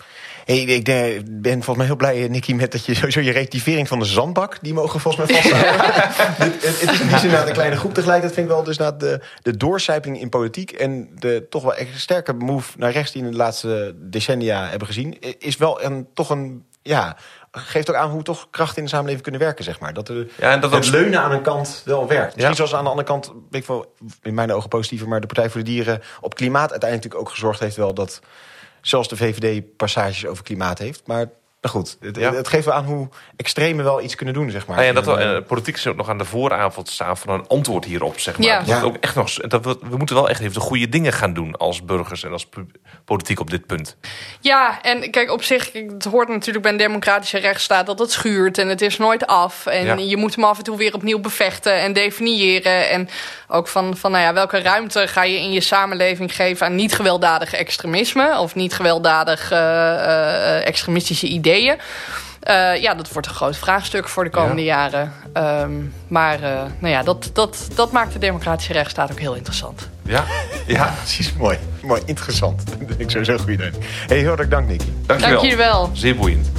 Hey, ik ben volgens mij heel blij, Nicky, met dat je sowieso je relativering van de zandbak, die mogen volgens mij vasthouden. het, het, het is in die zin een kleine groep tegelijkertijd, vind ik wel. Dus na de, de doorcijping in politiek en de toch wel echt sterke move naar rechts die in de laatste decennia hebben gezien, is wel een, toch een, ja, geeft ook aan hoe toch krachten in de samenleving kunnen werken, zeg maar. Dat, er, ja, en dat het ook leunen aan een kant wel werkt. Misschien ja. zoals aan de andere kant, weet ik wel, in mijn ogen positiever, maar de Partij voor de Dieren op klimaat uiteindelijk natuurlijk ook gezorgd heeft wel dat zelfs de V V D passages over klimaat heeft. Maar, maar goed, het, ja. het geeft wel aan hoe extremen wel iets kunnen doen, zeg maar. Nou ja, dat we, uh, politiek is ook nog aan de vooravond staan van een antwoord hierop, zeg maar. Ja. Dat ja. ook echt nog, dat we, we moeten wel echt even de goede dingen gaan doen als burgers en als politiek op dit punt. Ja, en kijk, op zich, het hoort natuurlijk bij een democratische rechtsstaat dat het schuurt en het is nooit af. En ja. je moet hem af en toe weer opnieuw bevechten en definiëren. En ook van, van nou ja, welke ruimte ga je in je samenleving geven aan niet gewelddadig extremisme of niet gewelddadig uh, uh, extremistische ideeën. Uh, ja, dat wordt een groot vraagstuk voor de komende ja. jaren. Um, maar uh, nou ja, dat, dat, dat maakt de democratische rechtsstaat ook heel interessant. Ja, ja. Precies. Mooi. Mooi, interessant. Dat vind ik sowieso een goede idee. Hey, heel erg dank, Nicky. Dankjewel. Dank jullie wel. Zeer boeiend.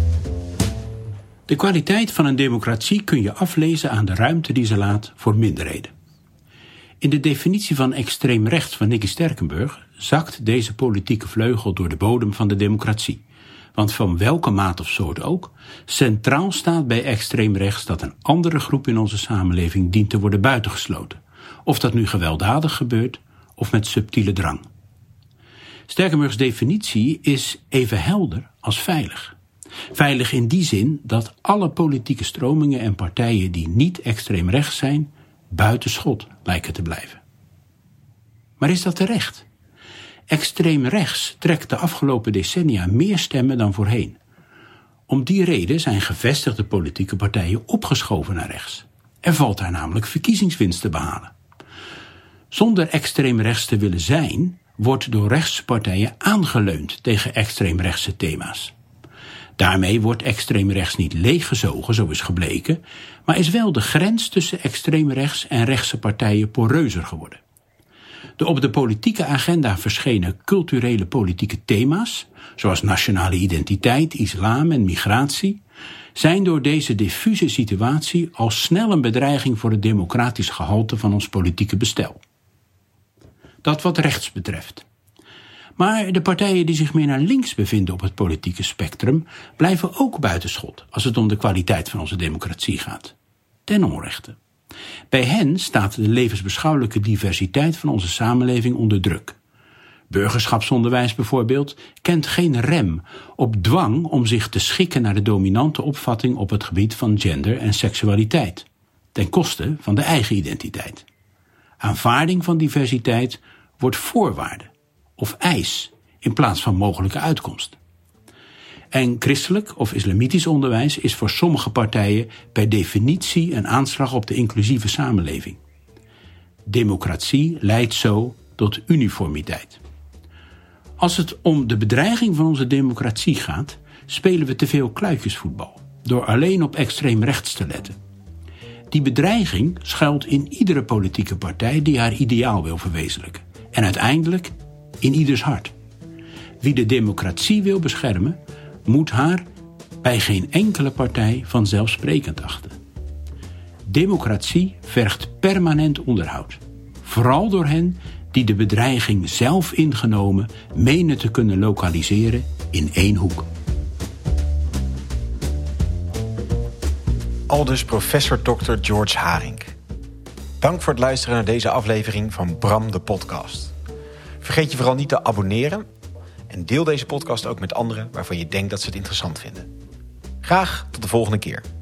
De kwaliteit van een democratie kun je aflezen aan de ruimte die ze laat voor minderheden. In de definitie van extreem rechts van Nicky Sterkenburg zakt deze politieke vleugel door de bodem van de democratie. Want van welke maat of soort ook, centraal staat bij extreem rechts dat een andere groep in onze samenleving dient te worden buitengesloten. Of dat nu gewelddadig gebeurt of met subtiele drang. Sterkenburgs definitie is even helder als veilig. Veilig in die zin dat alle politieke stromingen en partijen die niet extreem rechts zijn, buiten schot lijken te blijven. Maar is dat terecht? Extreem rechts trekt de afgelopen decennia meer stemmen dan voorheen. Om die reden zijn gevestigde politieke partijen opgeschoven naar rechts. Er valt daar namelijk verkiezingswinst te behalen. Zonder extreem rechts te willen zijn, wordt door rechtse partijen aangeleund tegen extreemrechtse thema's. Daarmee wordt extreem rechts niet leeggezogen, zo is gebleken, maar is wel de grens tussen extreem rechts en rechtse partijen poreuzer geworden. De op de politieke agenda verschenen culturele politieke thema's, zoals nationale identiteit, islam en migratie, zijn door deze diffuse situatie al snel een bedreiging voor het democratisch gehalte van ons politieke bestel. Dat wat rechts betreft. Maar de partijen die zich meer naar links bevinden op het politieke spectrum blijven ook buitenschot als het om de kwaliteit van onze democratie gaat. Ten onrechte. Bij hen staat de levensbeschouwelijke diversiteit van onze samenleving onder druk. Burgerschapsonderwijs bijvoorbeeld kent geen rem op dwang om zich te schikken naar de dominante opvatting op het gebied van gender en seksualiteit, ten koste van de eigen identiteit. Aanvaarding van diversiteit wordt voorwaarde of eis in plaats van mogelijke uitkomst. En christelijk of islamitisch onderwijs is voor sommige partijen per definitie een aanslag op de inclusieve samenleving. Democratie leidt zo tot uniformiteit. Als het om de bedreiging van onze democratie gaat, spelen we te veel kluitjesvoetbal, door alleen op extreem rechts te letten. Die bedreiging schuilt in iedere politieke partij die haar ideaal wil verwezenlijken. En uiteindelijk in ieders hart. Wie de democratie wil beschermen, moet haar bij geen enkele partij vanzelfsprekend achten. Democratie vergt permanent onderhoud. Vooral door hen die de bedreiging zelf ingenomen menen te kunnen lokaliseren in één hoek. Aldus professor dokter George Haring. Dank voor het luisteren naar deze aflevering van Bram de Podcast. Vergeet je vooral niet te abonneren en deel deze podcast ook met anderen waarvan je denkt dat ze het interessant vinden. Graag tot de volgende keer.